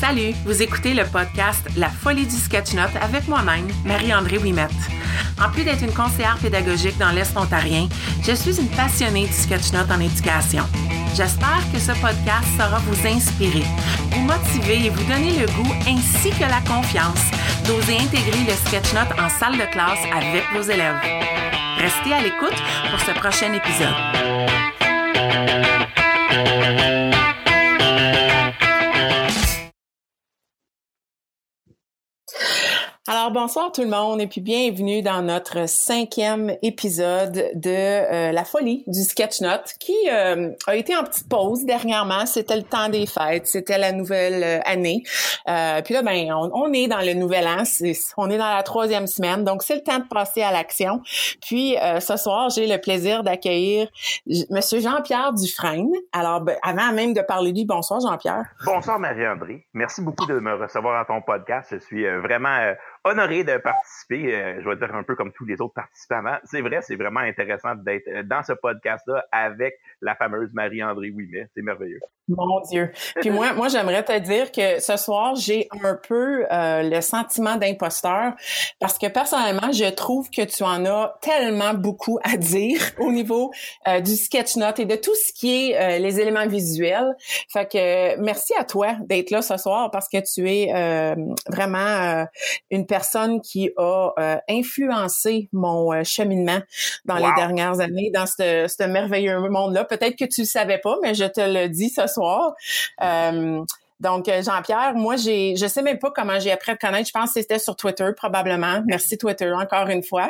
Salut, vous écoutez le podcast La folie du sketch-note avec moi-même, Marie-André Ouimette. En plus d'être une conseillère pédagogique dans l'Est ontarien, je suis une passionnée du sketch-note en éducation. J'espère que ce podcast saura vous inspirer, vous motiver et vous donner le goût ainsi que la confiance d'oser intégrer le sketch-note en salle de classe avec vos élèves. Restez à l'écoute pour ce prochain épisode. Alors, bonsoir tout le monde et puis bienvenue dans notre 5e épisode de La folie du sketch-note qui a été en petite pause dernièrement. C'était le temps des fêtes, c'était la nouvelle année. Puis là, on est dans le nouvel an, on est dans la 3e semaine, donc c'est le temps de passer à l'action. Puis ce soir, j'ai le plaisir d'accueillir Monsieur Jean-Pierre Dufresne. Alors, avant même de parler de lui, bonsoir Jean-Pierre. Bonsoir Marie-André. Merci beaucoup de me recevoir à ton podcast. Je suis vraiment honoré de participer. Je vais dire un peu comme tous les autres participants avant. C'est vrai, c'est vraiment intéressant d'être dans ce podcast-là avec la fameuse Marie-André Ouimet. C'est merveilleux. Mon Dieu. Puis moi, j'aimerais te dire que ce soir, j'ai un peu le sentiment d'imposteur parce que personnellement, je trouve que tu en as tellement beaucoup à dire au niveau du sketch-note et de tout ce qui est les éléments visuels. Fait que merci à toi d'être là ce soir parce que tu es vraiment une personne qui a influencé mon cheminement dans les dernières années, dans ce merveilleux monde-là. Peut-être que tu le savais pas, mais je te le dis ce soir. Donc, Jean-Pierre, moi, je sais même pas comment j'ai appris à te connaître. Je pense que c'était sur Twitter, probablement. Merci Twitter, encore une fois,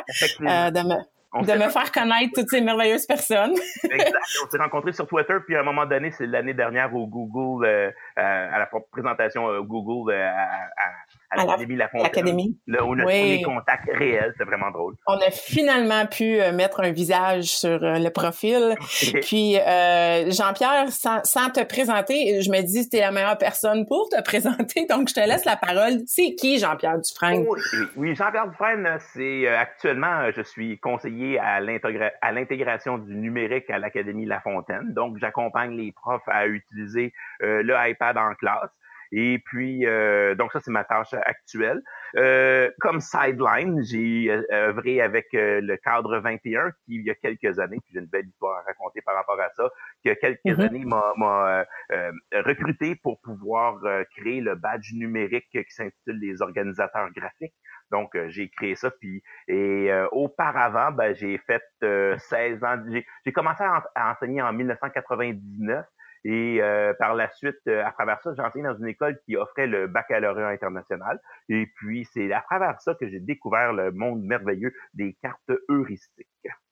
de me faire connaître toutes ces merveilleuses personnes. Exact. On s'est rencontrés sur Twitter, puis à un moment donné, c'est l'année dernière au Google, à la présentation Google à l'Académie La Fontaine. L'Académie. Là, on a tous les contacts réels, c'est vraiment drôle. On a finalement pu mettre un visage sur le profil. Puis, Jean-Pierre, sans te présenter, je me dis que tu es la meilleure personne pour te présenter, donc je te laisse la parole. C'est qui Jean-Pierre Dufresne? Oui, Jean-Pierre Dufresne, c'est actuellement, je suis conseiller à l'intégration du numérique à l'Académie La Fontaine. Donc, j'accompagne les profs à utiliser le iPad en classe. Et puis, donc ça, c'est ma tâche actuelle. Comme sideline, j'ai œuvré avec le cadre 21 qui, il y a quelques années, puis j'ai une belle histoire à raconter par rapport à ça, qui, il y a quelques années, m'a recruté pour pouvoir créer le badge numérique qui s'intitule les organisateurs graphiques. Donc, j'ai créé ça. Puis, auparavant, j'ai fait 16 ans. J'ai commencé à enseigner en 1999. Et par la suite, à travers ça, j'ai enseigné dans une école qui offrait le baccalauréat international. Et puis, c'est à travers ça que j'ai découvert le monde merveilleux des cartes heuristiques.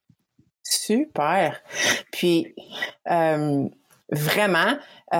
Super! Puis, vraiment,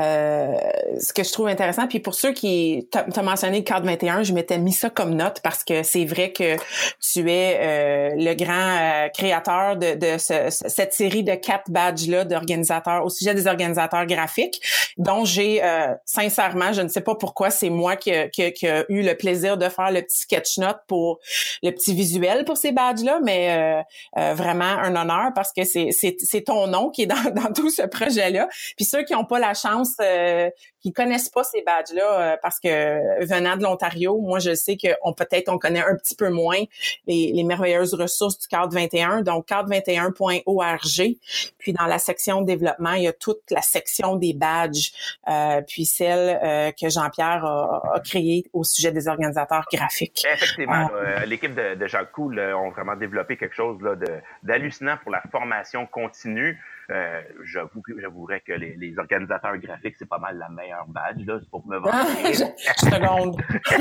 ce que je trouve intéressant, puis pour ceux qui t'as mentionné le cadre 21, je m'étais mis ça comme note parce que c'est vrai que tu es le grand créateur de cette série de 4 badges-là d'organisateurs au sujet des organisateurs graphiques, dont j'ai sincèrement, je ne sais pas pourquoi, c'est moi qui a eu le plaisir de faire le petit sketch note pour le petit visuel pour ces badges-là, mais vraiment un honneur parce que c'est ton nom qui est dans tout ce projet-là. Puis ceux qui n'ont pas la chance, qui connaissent pas ces badges-là, parce que venant de l'Ontario, moi je sais qu'on connaît un petit peu moins les merveilleuses ressources du cadre 21, donc cadre21.org. Puis dans la section développement, il y a toute la section des badges, puis celle que Jean-Pierre a créée au sujet des organisateurs graphiques. Effectivement, l'équipe de Jacques Cool ont vraiment développé quelque chose là, d'hallucinant pour la formation continue. J'avouerais que les organisateurs graphiques, c'est pas mal la meilleure badge, là, c'est pour me vendre.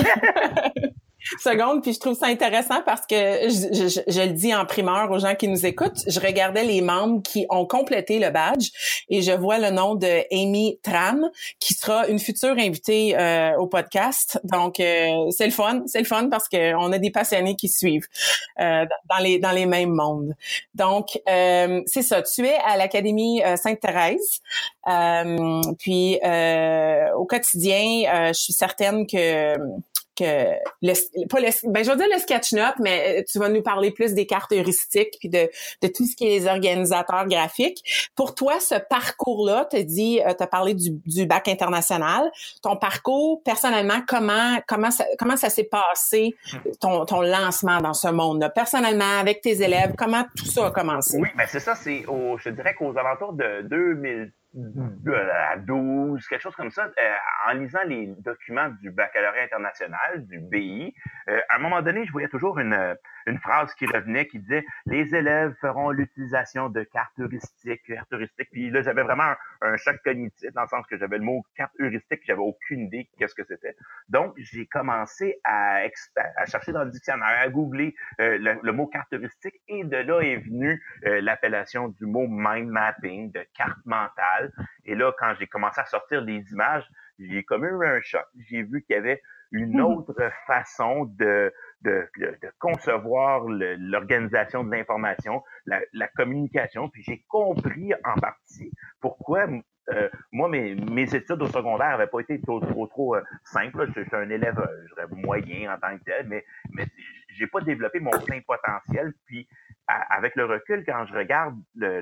Seconde, puis je trouve ça intéressant parce que je le dis en primeur aux gens qui nous écoutent, je regardais les membres qui ont complété le badge et je vois le nom de Amy Tran qui sera une future invitée au podcast. Donc c'est le fun parce que on a des passionnés qui suivent dans les mêmes mondes. Donc c'est ça, tu es à l'Académie Sainte-Thérèse. Puis au quotidien, je suis certaine que je vais dire le sketch note, mais tu vas nous parler plus des cartes heuristiques puis de tout ce qui est les organisateurs graphiques. Pour toi, ce parcours-là, t'as parlé du bac international. Ton parcours, personnellement, comment ça s'est passé, ton lancement dans ce monde-là? Personnellement, avec tes élèves, comment tout ça a commencé? Oui, ben c'est ça, je dirais qu'aux alentours de 2012, quelque chose comme ça, en lisant les documents du baccalauréat international, du BI, à un moment donné, je voyais toujours une phrase qui revenait qui disait « Les élèves feront l'utilisation de cartes heuristiques. » Puis là, j'avais vraiment un choc cognitif, dans le sens que j'avais le mot carte heuristique, j'avais aucune idée qu'est-ce que c'était. Donc, j'ai commencé à chercher dans le dictionnaire, à googler le mot carte heuristique, et de là est venue l'appellation du mot mind mapping, de carte mentale. Et là, quand j'ai commencé à sortir des images, j'ai comme eu un choc. J'ai vu qu'il y avait une autre façon de concevoir l'organisation de l'information, la communication, puis j'ai compris en partie pourquoi moi, mes études au secondaire n'avaient pas été trop simples. Je suis un élève, je dirais, moyen en tant que tel, mais j'ai pas développé mon plein potentiel. Puis avec le recul, quand je regarde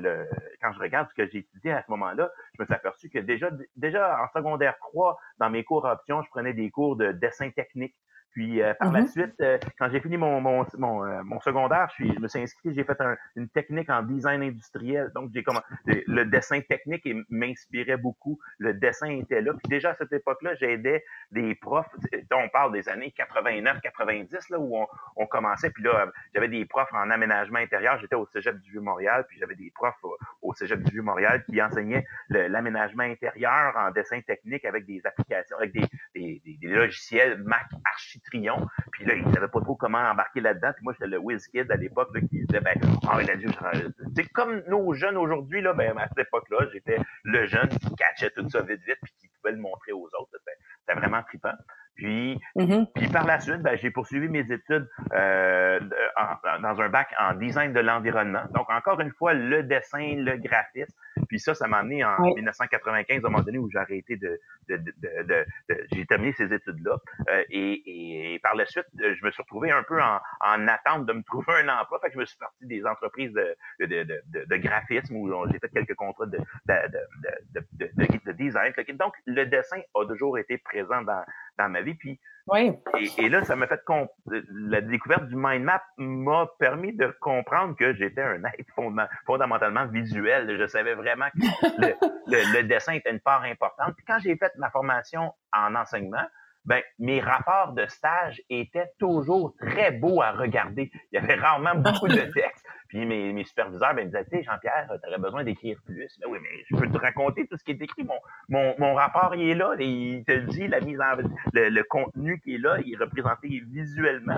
ce que j'ai étudié à ce moment-là, je me suis aperçu que déjà en secondaire 3, dans mes cours options, je prenais des cours de dessin technique. Puis par la suite, quand j'ai fini mon secondaire, je me suis inscrit, j'ai fait une technique en design industriel. Donc le dessin technique m'inspirait beaucoup. Le dessin était là. Puis déjà à cette époque-là, j'aidais des profs. On parle des années 89-90 là où on commençait. Puis là, j'avais des profs en aménagement intérieur. J'étais au Cégep du Vieux-Montréal. Puis j'avais des profs au Cégep du Vieux-Montréal qui enseignaient l'aménagement intérieur en dessin technique avec des applications, avec des logiciels Mac Architrion. Puis là, ils savaient pas trop comment embarquer là-dedans. Puis moi, j'étais le whiz kid à l'époque là, qui disait, c'est comme nos jeunes aujourd'hui, là, à cette époque-là, j'étais le jeune qui catchait tout ça vite, puis qui pouvait le montrer aux autres. C'était vraiment trippant. Puis par la suite, j'ai poursuivi mes études dans un bac en design de l'environnement. Donc, encore une fois, le dessin, le graphisme. Puis ça m'a amené en 1995, à un moment donné où j'ai arrêté j'ai terminé ces études-là. Et par la suite, je me suis retrouvé un peu en attente de me trouver un emploi. Fait que je me suis parti des entreprises de graphisme où j'ai fait quelques contrats de design. Donc, le dessin a toujours été présent dans ma vie. Puis, et là, ça m'a fait la découverte du mind map m'a permis de comprendre que j'étais un être fondamentalement visuel. Je savais vraiment que le dessin était une part importante. Puis quand j'ai fait ma formation en enseignement, mes rapports de stage étaient toujours très beaux à regarder. Il y avait rarement beaucoup de texte. Puis mes superviseurs me disaient, tu sais, Jean-Pierre, tu aurais besoin d'écrire plus. Oui, mais je peux te raconter tout ce qui est écrit. Mon rapport, il est là. Il te le dit, le contenu qui est là, il est représenté visuellement.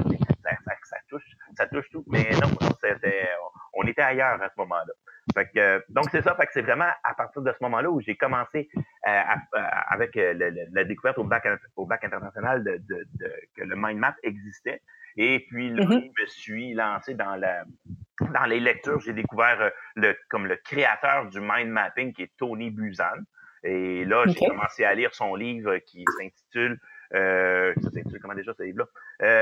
Ça touche tout. Mais non, on était ailleurs à ce moment-là. Donc c'est ça. Fait que c'est vraiment à partir de ce moment-là où j'ai commencé avec la découverte au bac international que le mind map existait. Et puis là, je me suis lancé dans les lectures. J'ai découvert le créateur du mind mapping qui est Tony Buzan. Et là, j'ai commencé à lire son livre qui s'intitule comment déjà ce livre-là?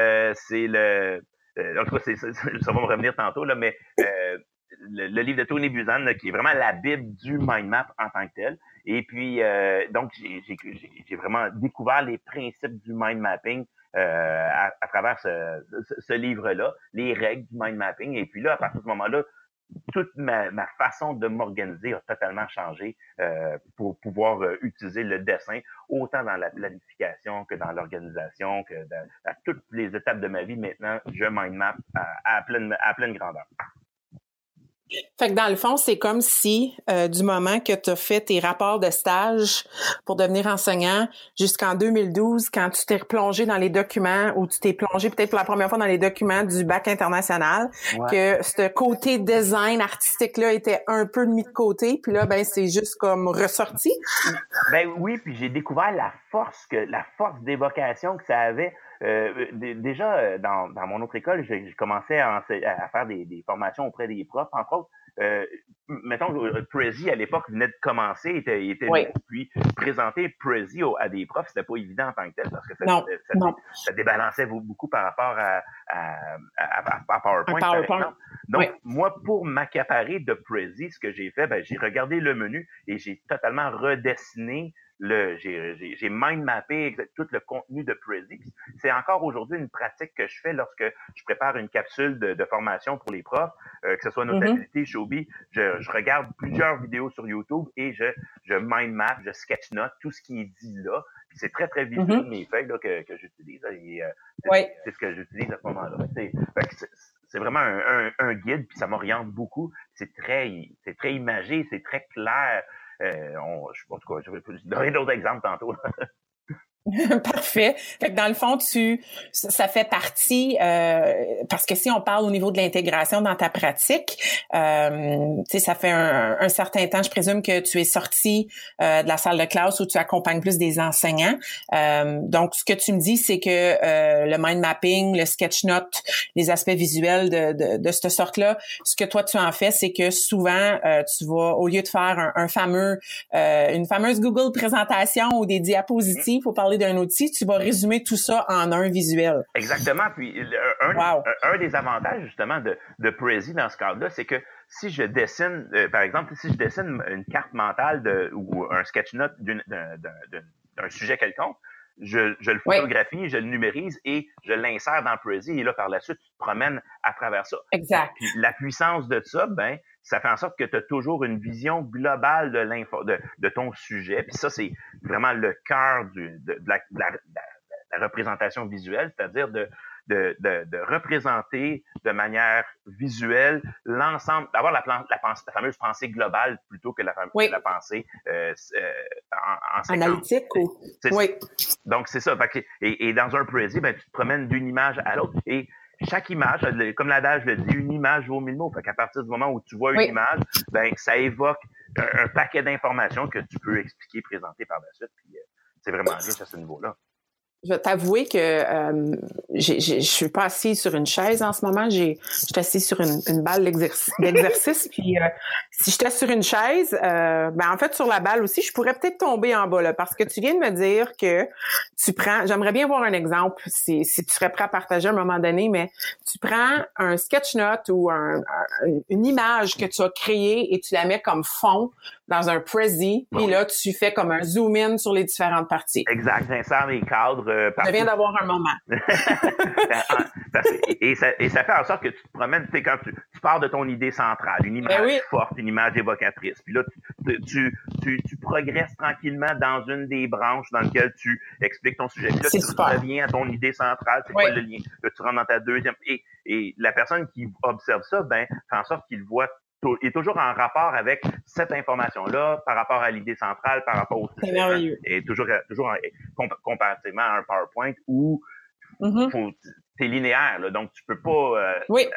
En tout cas, ça va me revenir tantôt, là, mais le livre de Tony Buzan, là, qui est vraiment la bible du mind map en tant que tel. Et puis, donc, j'ai vraiment découvert les principes du mind mapping à travers ce livre-là, les règles du mind mapping. Et puis là, à partir de ce moment-là, toute ma façon de m'organiser a totalement changé pour pouvoir utiliser le dessin autant dans la planification que dans l'organisation, que à toutes les étapes de ma vie. Maintenant, je mind map à pleine grandeur. Fait que dans le fond, c'est comme si du moment que tu as fait tes rapports de stage pour devenir enseignant jusqu'en 2012, quand tu t'es replongé dans les documents ou tu t'es plongé peut-être pour la première fois dans les documents du bac international, que ce côté design artistique-là était un peu mis de côté, puis là, c'est juste comme ressorti. Oui, puis j'ai découvert la force d'évocation que ça avait. Déjà, dans mon autre école, j'ai commencé à faire des formations auprès des profs, entre autres. mettons, Prezi, à l'époque, venait de commencer, était Oui. nouveau, puis présenter Prezi à des profs, c'était pas évident en tant que tel, parce que ça débalançait beaucoup par rapport à PowerPoint, par exemple. Donc, moi, pour m'accaparer de Prezi, ce que j'ai fait, j'ai regardé le menu et j'ai totalement redessiné j'ai mind mappé tout le contenu de Prezi. C'est encore aujourd'hui une pratique que je fais lorsque je prépare une capsule de formation pour les profs, que ce soit Notabilité, Shobi. Je regarde plusieurs vidéos sur YouTube et je mind map, je sketch note tout ce qui est dit là. Puis c'est très, très visuel mes feuilles là, que j'utilise. C'est ce que j'utilise à ce moment-là. C'est vraiment un guide, puis ça m'oriente beaucoup. C'est très imagé, c'est très clair. En tout cas, je vais donner d'autres exemples tantôt. Parfait. Fait que dans le fond, ça fait partie parce que si on parle au niveau de l'intégration dans ta pratique, tu sais, ça fait un certain temps, je présume que tu es sorti de la salle de classe où tu accompagnes plus des enseignants. Donc, ce que tu me dis, c'est que le mind mapping, le sketch note, les aspects visuels de cette sorte-là, ce que toi tu en fais, c'est que souvent tu vas, au lieu de faire une fameuse Google présentation ou des diapositives pour parler d'un outil, tu vas résumer tout ça en un visuel. Exactement. Puis un des avantages justement de Prezi dans ce cadre-là, c'est que si je dessine, par exemple, si je dessine une carte mentale ou un sketch note d'un sujet quelconque, je le photographie, je le numérise et je l'insère dans Prezi et là par la suite tu te promènes à travers ça. Exact. Puis la puissance de ça, ça fait en sorte que tu as toujours une vision globale de ton sujet. Puis ça, c'est vraiment le cœur de la représentation visuelle, c'est-à-dire de représenter de manière visuelle l'ensemble, d'avoir la fameuse pensée globale plutôt que la pensée analytique. Donc, c'est ça. Et dans un Prezi, tu te promènes d'une image à l'autre et chaque image, comme l'adage le dit, une image vaut 1000 mots. Fait qu'à partir du moment où tu vois une image, ça évoque un paquet d'informations que tu peux expliquer, présenter par la suite. Puis c'est vraiment riche à ce niveau-là. Je vais t'avouer que je suis pas assise sur une chaise en ce moment. Je suis assise sur une balle d'exercice. Puis si j'étais sur une chaise, en fait sur la balle aussi, je pourrais peut-être tomber en bas là, parce que tu viens de me dire que tu prends. J'aimerais bien voir un exemple si tu serais prêt à partager à un moment donné, mais tu prends un sketch note ou une image que tu as créée et tu la mets comme fond dans un Prezi, puis là tu fais comme un zoom in sur les différentes parties. Exact, j'insère les cadres. Je viens d'avoir un moment. et ça fait en sorte que tu te promènes, tu sais, quand tu pars de ton idée centrale, une image forte, une image évocatrice. Puis là, tu progresses tranquillement dans une des branches dans lesquelles tu expliques ton sujet. Puis là, tu reviens à ton idée centrale, c'est quoi le lien. Là, tu rentres dans ta deuxième. Et la personne qui observe ça, fait en sorte qu'il voit est toujours en rapport avec cette information-là, par rapport à l'idée centrale, par rapport au sujet. Et toujours comparativement à un PowerPoint où c'est linéaire, là, donc tu peux pas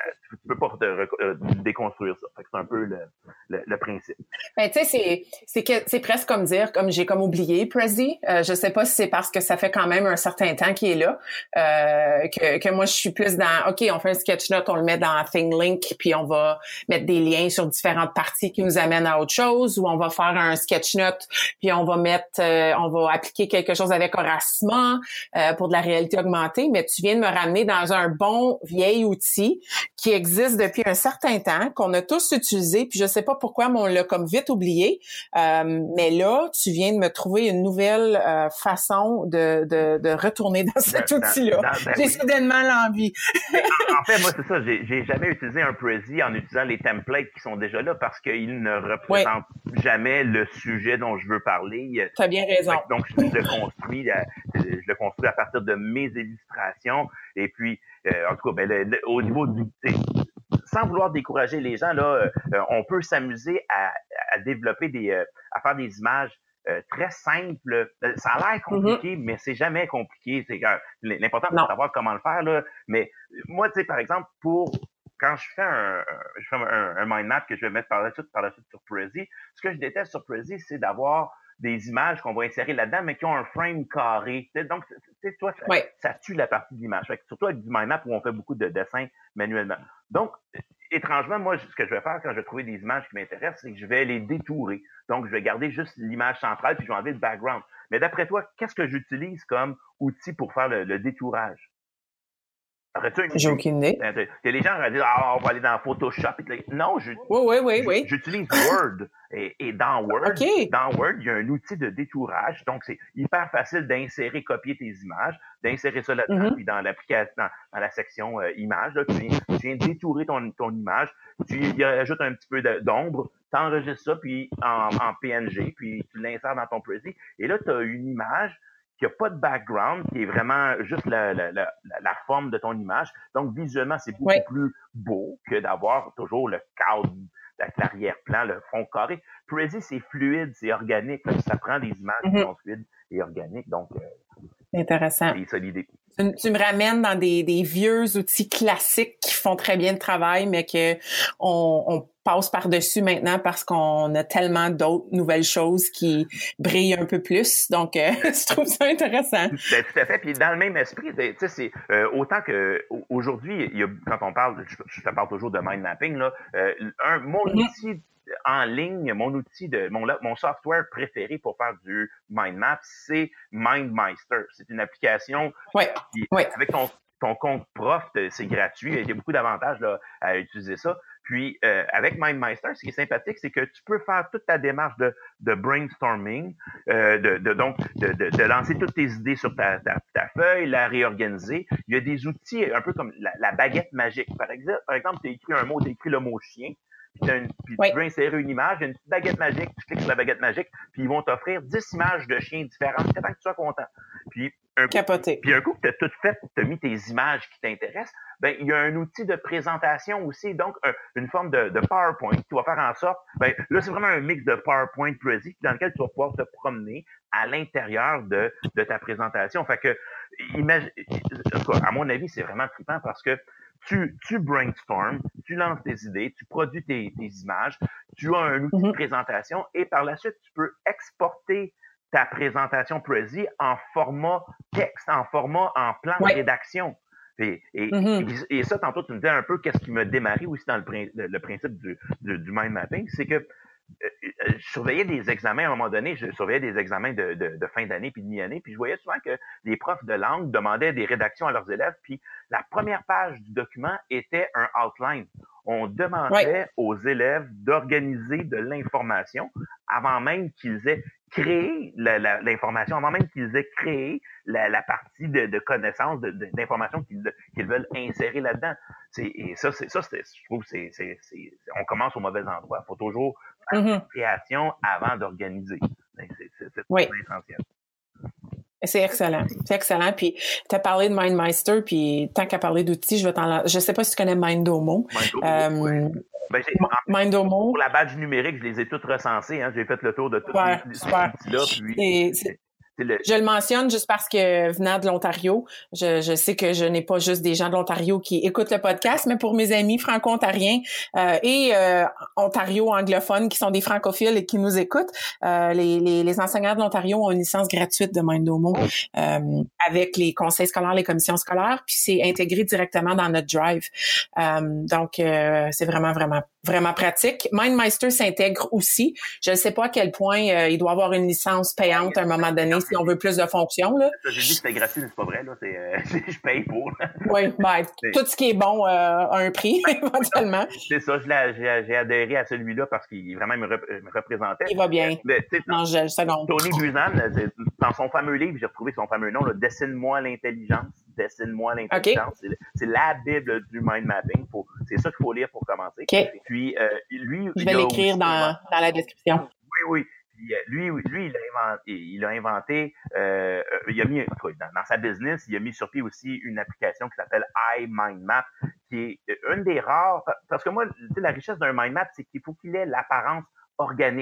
déconstruire ça. Fait que c'est un peu le principe. Tu sais, c'est presque comme dire, comme j'ai oublié Prezi. Je sais pas si c'est parce que ça fait quand même un certain temps qu'il est là, que moi je suis plus dans, OK, on fait un sketch note, on le met dans ThingLink, puis on va mettre des liens sur différentes parties qui nous amènent à autre chose, ou on va faire un sketch note, puis on va appliquer quelque chose avec Aurasma pour de la réalité augmentée, mais tu viens de me ramener dans un bon vieil outil qui existe depuis un certain temps, qu'on a tous utilisé, puis je sais pas pourquoi, mais on l'a comme vite oublié. Mais là, tu viens de me trouver une nouvelle façon de retourner dans cet outil-là. J'ai soudainement l'envie. En fait, moi, c'est ça. J'ai jamais utilisé un Prezi en utilisant les templates qui sont déjà là parce qu'ils ne représentent jamais le sujet dont je veux parler. Tu as bien raison. Donc, je le construis à partir de mes illustrations. Et puis, en tout cas, au niveau sans vouloir décourager les gens, là, on peut s'amuser à développer à faire des images très simples. Ça a l'air compliqué, mais c'est jamais compliqué. L'important, c'est de savoir comment le faire, là. Mais moi, tu sais, par exemple, quand je fais un mind map que je vais mettre par la suite sur Prezi, ce que je déteste sur Prezi, c'est d'avoir des images qu'on va insérer là-dedans, mais qui ont un frame carré. Donc, tu sais, toi, ça tue la partie de l'image. Surtout avec du mind map où on fait beaucoup de dessins manuellement. Donc, étrangement, moi, ce que je vais faire quand je vais trouver des images qui m'intéressent, c'est que je vais les détourer. Donc, je vais garder juste l'image centrale, puis je vais enlever le background. Mais d'après toi, qu'est-ce que j'utilise comme outil pour faire le détourage? Aurais-tu une J'ai idée? aucune idée. Les gens vont dire, on va aller dans Photoshop. Non, Oui. j'utilise Word. Et dans Word, OK. il y a un outil de détourage. Donc, c'est hyper facile d'insérer, copier tes images, d'insérer ça là-dedans, puis dans l'application, dans la section images, là, tu viens détourer ton image, tu y ajoutes un petit peu d'ombre, tu enregistres ça puis en PNG, puis tu l'insères dans ton Prezi. Et là, tu as une image qui n'a pas de background, qui est vraiment juste la forme de ton image. Donc, visuellement, c'est beaucoup plus beau que d'avoir toujours le cadre, l'arrière-plan, le fond carré. Prezi, c'est fluide, c'est organique. Ça prend des images qui sont fluides et organiques. Donc, intéressant. C'est ça l'idée. Tu me ramènes dans des vieux outils classiques qui font très bien le travail, mais que on passe par-dessus maintenant parce qu'on a tellement d'autres nouvelles choses qui brillent un peu plus. Donc, je trouve ça intéressant. Tout à fait. Puis dans le même esprit, tu sais, c'est autant que aujourd'hui, quand on parle, je te parle toujours de mind mapping, là, mon outil en ligne, mon software préféré pour faire du mind map, c'est MindMeister. C'est une application qui, avec ton compte prof, c'est gratuit. Il y a beaucoup d'avantages là, à utiliser ça. Puis, avec MindMeister, ce qui est sympathique, c'est que tu peux faire toute ta démarche de brainstorming, de lancer toutes tes idées sur ta feuille, la réorganiser. Il y a des outils un peu comme la baguette magique. Par exemple, tu as écrit un mot, tu as écrit le mot chien, puis tu veux insérer une image, il y a une petite baguette magique, tu cliques sur la baguette magique, puis ils vont t'offrir 10 images de chiens différentes, c'est tant que tu sois content. Puis un coup que tu as tout fait, tu as mis tes images qui t'intéressent, ben il y a un outil de présentation aussi, donc une forme de PowerPoint qui va faire en sorte, ben là c'est vraiment un mix de PowerPoint Prezi dans lequel tu vas pouvoir te promener à l'intérieur de ta présentation. Fait que à mon avis, c'est vraiment trippant parce que tu brainstorm, tu lances tes idées, tu produis tes images, tu as un outil de présentation et par la suite, tu peux exporter ta présentation Prezi en format texte, en plan de rédaction. Et ça, tantôt, tu me disais un peu qu'est-ce qui m'a démarré aussi dans le principe du mind mapping, c'est que je surveillais des examens à un moment donné, je surveillais des examens de fin d'année puis de mi-année, puis je voyais souvent que les profs de langue demandaient des rédactions à leurs élèves, puis la première page du document était un outline. On demandait aux élèves d'organiser de l'information avant même qu'ils aient créé l'information, avant même qu'ils aient créé la partie de connaissances, d'informations qu'ils veulent insérer là-dedans. Je trouve, on commence au mauvais endroit. Il faut toujours faire une création avant d'organiser. C'est essentiel. C'est excellent. C'est excellent. Puis, tu as parlé de MindMeister, puis tant qu'à parler d'outils, je sais pas si tu connais Mindomo. Mindomo. Pour la badge numérique, je les ai toutes recensées. Hein. J'ai fait le tour de tous ces outils-là. Je le mentionne juste parce que venant de l'Ontario, je sais que je n'ai pas juste des gens de l'Ontario qui écoutent le podcast, mais pour mes amis franco-ontariens et Ontario anglophones qui sont des francophiles et qui nous écoutent, les enseignants de l'Ontario ont une licence gratuite de Mindomo avec les conseils scolaires, les commissions scolaires, puis c'est intégré directement dans notre Drive. Donc, c'est vraiment pratique. MindMeister s'intègre aussi. Je ne sais pas à quel point il doit avoir une licence payante à un moment donné si on veut plus de fonctions. Là. J'ai dit que c'était gratuit, mais c'est pas vrai. Là. Je paye pour. Oui, tout ce qui est bon a un prix, éventuellement. C'est ça, j'ai adhéré à celui-là parce qu'il vraiment me représentait. Il va bien. Tony Buzan, dans son fameux livre, j'ai retrouvé son fameux nom, là, Dessine-moi l'intelligence. Dessine-moi l'intelligence. Okay. C'est la Bible du mind mapping. C'est ça qu'il faut lire pour commencer. Okay. Puis, lui... Je vais l'écrire dans la description. Oui. Lui, il a inventé, il a mis, dans sa business, il a mis sur pied aussi une application qui s'appelle iMindMap, qui est une des rares, parce que moi, la richesse d'un mind map, c'est qu'il faut qu'il ait l'apparence organique.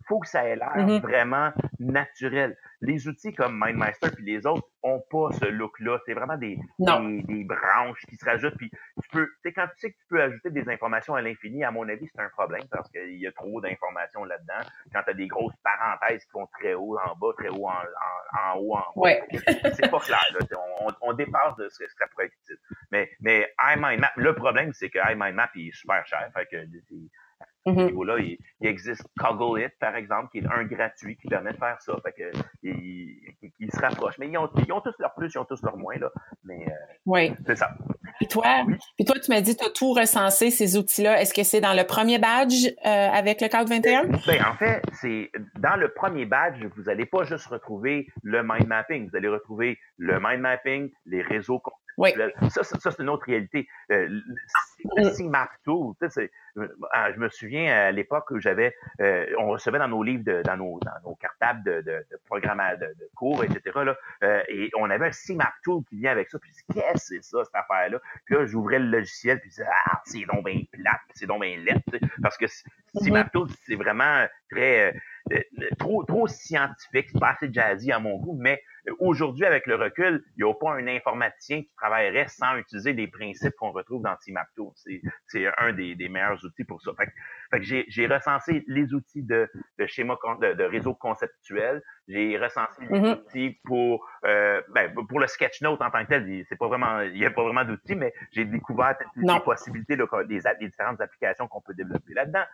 faut que ça ait l'air vraiment naturel. Les outils comme MindMeister puis les autres ont pas ce look-là. C'est vraiment des branches qui se rajoutent. Puis quand tu sais que tu peux ajouter des informations à l'infini, à mon avis, c'est un problème parce qu'il y a trop d'informations là-dedans. Quand tu as des grosses parenthèses qui vont très haut en bas, très haut en haut en bas. Ouais. C'est pas clair. Là. On dépasse de ce que ça pourrait être utile. Mais iMindMap, le problème, c'est que iMindMap il est super cher. Fait que à ce niveau-là, il existe Coggle It, par exemple, qui est un gratuit qui permet de faire ça. Fait que il se rapproche. Mais ils ont tous leurs plus, ils ont tous leurs moins, là. Mais c'est ça. Puis toi, tu m'as dit, tu as tout recensé, ces outils-là. Est-ce que c'est dans le premier badge avec le Cloud 21? En fait, c'est dans le premier badge, vous n'allez pas juste retrouver le mind mapping, vous allez retrouver le mind mapping, les réseaux conceptuels. Ça, c'est une autre réalité. Le CMAP Tool, je me souviens à l'époque où on recevait dans nos livres, dans nos cartables de programme de cours, etc. Là, et on avait un CMAP Tool qui vient avec ça. Puis qu'est-ce que c'est ça, cette affaire-là? Puis là, j'ouvrais le logiciel, puis je disais, c'est donc bien plate, c'est donc bien laid, parce que CMAP Tool, c'est vraiment très trop scientifique, c'est pas assez jazzy à mon goût, mais aujourd'hui, avec le recul, il n'y a pas un informaticien qui travaillerait sans utiliser les principes qu'on retrouve dans CMAP Tool. C'est un des meilleurs outils pour ça. Fait que j'ai recensé les outils de schéma de réseau conceptuel. J'ai recensé les outils pour le sketchnote en tant que tel. Il n'y a pas vraiment d'outils, mais j'ai découvert les possibilités, des différentes applications qu'on peut développer là-dedans.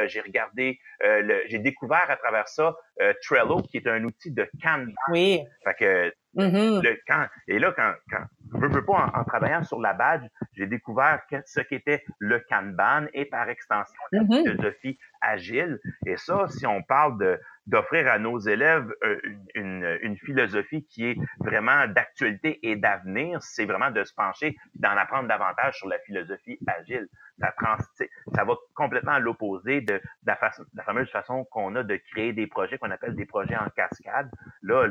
J'ai découvert à travers ça Trello, qui est un outil de Kanban. Oui. Fait que quand je veux pas en travaillant sur la badge, j'ai découvert ce qu'était le Kanban et par extension la philosophie agile. Et ça, si on parle d'offrir à nos élèves une philosophie qui est vraiment d'actualité et d'avenir, c'est vraiment de se pencher et d'en apprendre davantage sur la philosophie agile. Ça va complètement à l'opposé de la fameuse façon qu'on a de créer des projets qu'on appelle des projets en cascade. Là,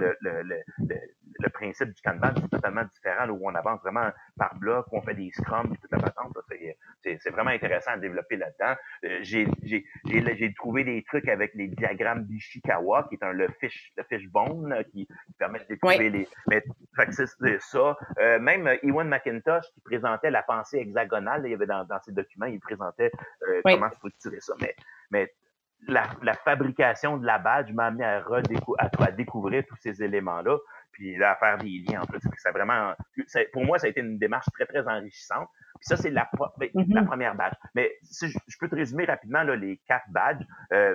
le principe du Kanban, c'est totalement différent, là, où on avance vraiment par bloc, où on fait des scrums et toute la patente. C'est vraiment intéressant à développer là-dedans. J'ai trouvé des trucs avec les diagrammes d'Ishikawa, qui est le fishbone, qui permet de découvrir fait que c'est ça. Même Ewan McIntosh, qui présentait la pensée hexagonale, là, il y avait dans ses documents, il présentait comment structurer ça. Mais la fabrication de la badge m'a amené à découvrir tous ces éléments-là, puis là, à faire des liens entre eux. Pour moi, ça a été une démarche très, très enrichissante. Puis ça, c'est la première badge. Mais si je peux te résumer rapidement là, les 4 badges.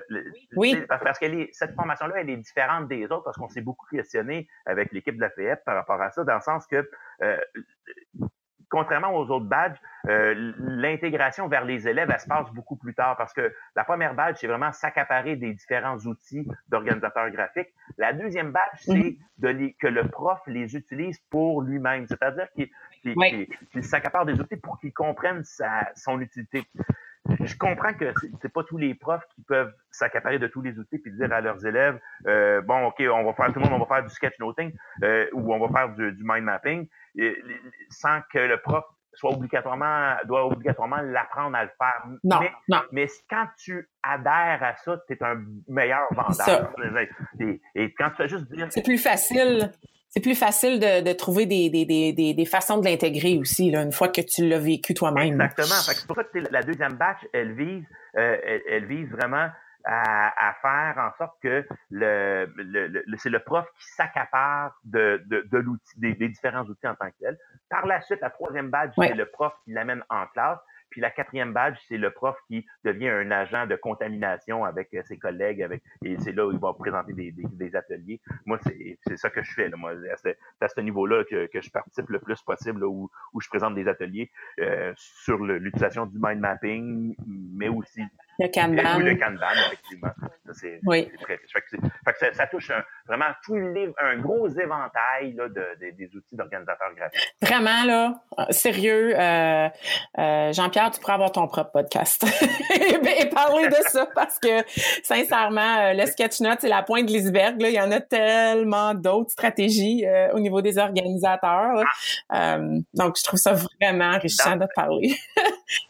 Parce que cette formation-là, elle est différente des autres parce qu'on s'est beaucoup questionné avec l'équipe de la FEP par rapport à ça, dans le sens que contrairement aux autres badges, l'intégration vers les élèves, elle se passe beaucoup plus tard parce que la première badge, c'est vraiment s'accaparer des différents outils d'organisateur graphique. La deuxième badge, c'est que le prof les utilise pour lui-même, c'est-à-dire qu'il s'accapare des outils pour qu'il comprenne son utilité. Je comprends que c'est pas tous les profs qui peuvent s'accaparer de tous les outils puis dire à leurs élèves OK, on va faire du sketchnoting ou on va faire du mind mapping sans que le prof doit obligatoirement l'apprendre à le faire. Mais quand tu adhères à ça, tu es un meilleur vendeur. Et quand tu fais juste dire... C'est plus facile. C'est plus facile de trouver des façons de l'intégrer aussi, là, une fois que tu l'as vécu toi-même. Exactement. Fait que c'est pour ça que la deuxième batch, elle vise vraiment à faire en sorte que c'est le prof qui s'accapare de l'outil, des différents outils en tant que tel. Par la suite, la troisième badge, c'est le prof qui l'amène en classe. Puis la quatrième badge, c'est le prof qui devient un agent de contamination avec ses collègues, et c'est là où il va présenter des ateliers. Moi, c'est ça que je fais. Là. Moi, c'est à ce niveau-là que je participe le plus possible, là, où je présente des ateliers sur l'utilisation du mind mapping, mais aussi le Kanban. Oui, le Kanban, effectivement. Ça, c'est très riche. Fait que ça touche vraiment tout le livre, un gros éventail là, des outils d'organisateur graphique. Vraiment, là, sérieux, Jean-Pierre, tu pourrais avoir ton propre podcast et parler de ça parce que, sincèrement, le sketchnote, c'est la pointe de l'iceberg. Là. Il y en a tellement d'autres stratégies au niveau des organisateurs. Donc, je trouve ça vraiment enrichissant de te parler.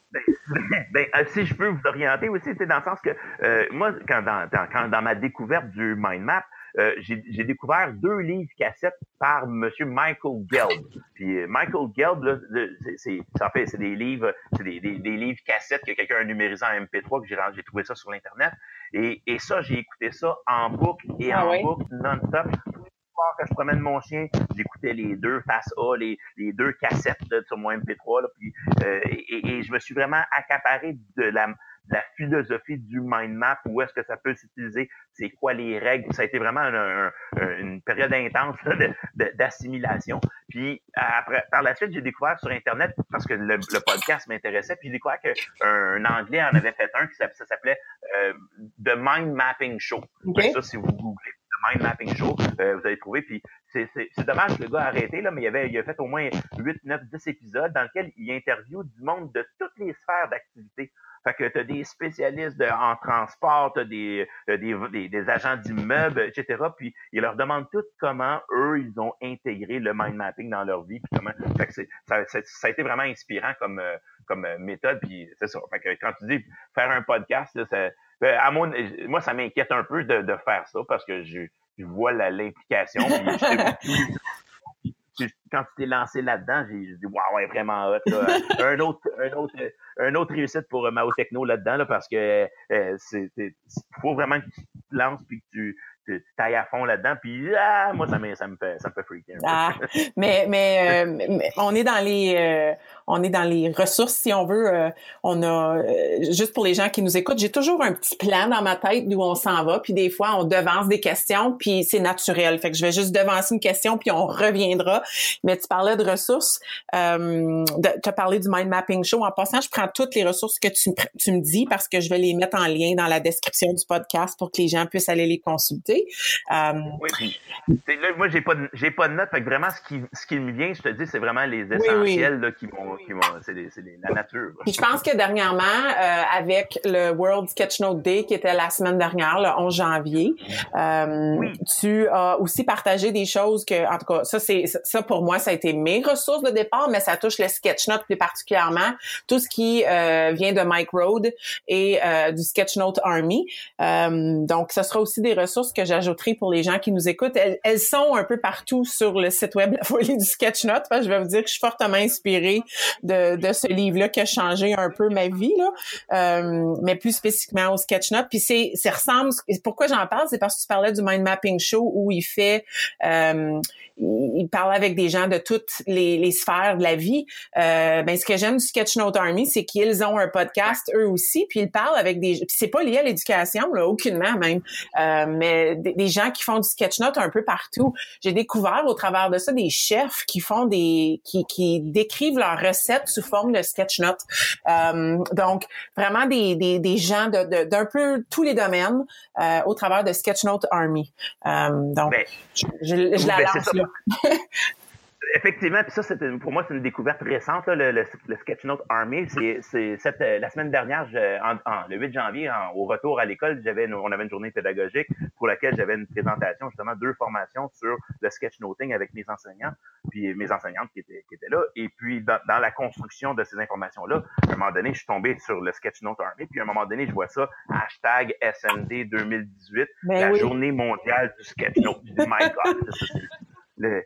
Si je peux vous orienter aussi, c'est dans le sens que moi, dans ma découverte du mind map, j'ai découvert 2 livres cassettes par Monsieur Michael Gelb. Puis Michael Gelb, là, c'est des livres, c'est des livres cassettes que quelqu'un a numérisé en MP3 que j'ai trouvé ça sur l'internet. Et ça, j'ai écouté ça en boucle et boucle non-stop. Que je promène mon chien, j'écoutais les 2 face A, les 2 cassettes là, sur mon MP3, là, puis et je me suis vraiment accaparé de la philosophie du mind map, où est-ce que ça peut s'utiliser, c'est quoi les règles. Ça a été vraiment une période intense là, d'assimilation. Puis après, par la suite, j'ai découvert sur Internet, parce que le podcast m'intéressait, puis j'ai découvert qu'un Anglais en avait fait un ça s'appelait The Mind Mapping Show. Okay. Ça, si vous googlez Mind Mapping Show, vous allez trouver. Puis c'est dommage que le gars a arrêté, là, mais il a fait au moins 8, 9, 10 épisodes dans lesquels il interviewe du monde de toutes les sphères d'activité. Fait que t'as des spécialistes en transport, t'as des agents d'immeubles, etc. Puis il leur demande tout comment eux ils ont intégré le mind mapping dans leur vie. Puis comment. Fait que ça a été vraiment inspirant comme méthode. Puis c'est ça. Fait que quand tu dis faire un podcast, là, moi ça m'inquiète un peu de faire ça parce que je vois l'implication. Puis quand tu t'es lancé là-dedans, j'ai dit waouh, ouais, vraiment hot. Là. un autre réussite pour Mao Techno là-dedans là, parce que faut vraiment que tu te lances puis que tu tailles à fond là-dedans. Puis moi ça me fait freaker. Mais on est dans les ressources si on veut. On a juste pour les gens qui nous écoutent, j'ai toujours un petit plan dans ma tête d'où on s'en va. Puis des fois on devance des questions puis c'est naturel. Fait que je vais juste devancer une question puis on reviendra. Mais tu parlais de ressources. T'as parlé du Mind Mapping Show. En passant, je prends toutes les ressources que tu me dis parce que je vais les mettre en lien dans la description du podcast pour que les gens puissent aller les consulter. Oui, là, moi j'ai pas de notes, fait que vraiment ce qui me vient, je te dis, c'est vraiment les essentiels là, qui vont c'est la nature. Puis je pense que dernièrement, avec le World Sketchnote Day qui était la semaine dernière, le 11 janvier, tu as aussi partagé des choses que, en tout cas, ça pour moi, ça a été mes ressources de départ, mais ça touche le Sketchnote plus particulièrement, tout ce qui vient de Mike Road et du Sketchnote Army. Donc, ce sera aussi des ressources que j'ajouterai pour les gens qui nous écoutent. Elles sont un peu partout sur le site web La Folie du Sketchnote. Je vais vous dire que je suis fortement inspirée de ce livre-là qui a changé un peu ma vie, là, mais plus spécifiquement au Sketchnote. Puis ça ressemble. Pourquoi j'en parle, c'est parce que tu parlais du Mind Mapping Show où il fait, il parle avec des gens de toutes les sphères de la vie. Ce que j'aime du Sketchnote Army, c'est qu'ils ont un podcast eux aussi, puis ils parlent avec des. Puis c'est pas lié à l'éducation, là, aucunement même, mais des gens qui font du Sketchnote un peu partout. J'ai découvert au travers de ça des chefs qui font qui décrivent leurs recettes sous forme de Sketchnote. Donc vraiment des gens d'un peu tous les domaines au travers de Sketchnote Army. Donc je la lance là. Effectivement, puis ça, pour moi, c'est une découverte récente, là, le Sketchnote Army. La semaine dernière, le 8 janvier, au retour à l'école, on avait une journée pédagogique pour laquelle j'avais une présentation, justement, 2 formations sur le sketchnoting avec mes enseignants, puis mes enseignantes qui étaient là. Et puis, dans la construction de ces informations-là, à un moment donné, je suis tombé sur le Sketchnote Army, puis à un moment donné, je vois ça, #SND 2018, journée mondiale du sketchnote. Je dis, my God,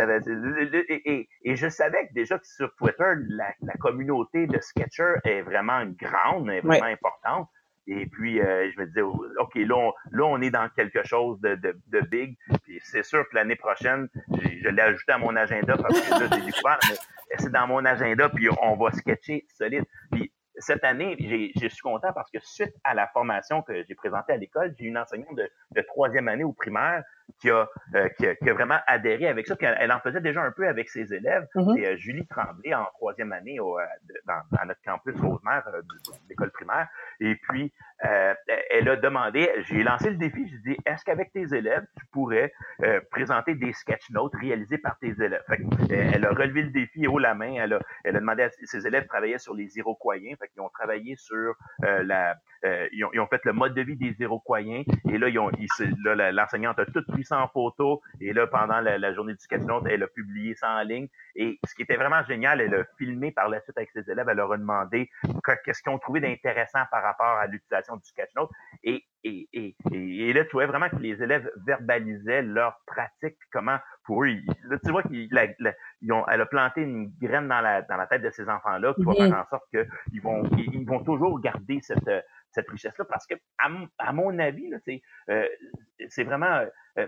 et je savais que déjà que sur Twitter, la communauté de sketchers est vraiment grande, est vraiment importante. Et puis, je me disais, OK, là, on est dans quelque chose de big. Puis c'est sûr que l'année prochaine, je l'ai ajouté à mon agenda parce que là, j'ai découvert, mais c'est dans mon agenda, puis on va sketcher solide. Puis cette année, je suis content parce que suite à la formation que j'ai présentée à l'école, j'ai une enseignante de 3e année au primaire qui a vraiment adhéré avec ça. Puis elle en faisait déjà un peu avec ses élèves. C'est Julie Tremblay en 3e année à notre campus Rosemère de l'école primaire. Et puis, elle a demandé, j'ai lancé le défi, j'ai dit, est-ce qu'avec tes élèves, tu pourrais présenter des sketch-notes réalisés par tes élèves? Fait elle a relevé le défi haut la main. Elle a demandé à ses élèves travaillaient sur les Iroquoiens. Fait qu'ils ont travaillé sur ils ont fait le mode de vie des Iroquoiens. Et là, l'enseignante a tout pris ça en photo et là, pendant la journée du sketch-note, elle a publié ça en ligne. Et ce qui était vraiment génial, elle a filmé par la suite avec ses élèves, elle leur a demandé qu'est-ce qu'ils ont trouvé d'intéressant par rapport à l'utilisation du sketch-note. Et là, tu vois vraiment que les élèves verbalisaient leur pratique, comment pour eux, là, tu vois elle a planté une graine dans la tête de ces enfants-là qui va faire en sorte qu'ils vont toujours garder cette richesse-là parce que, à mon avis, là, c'est vraiment,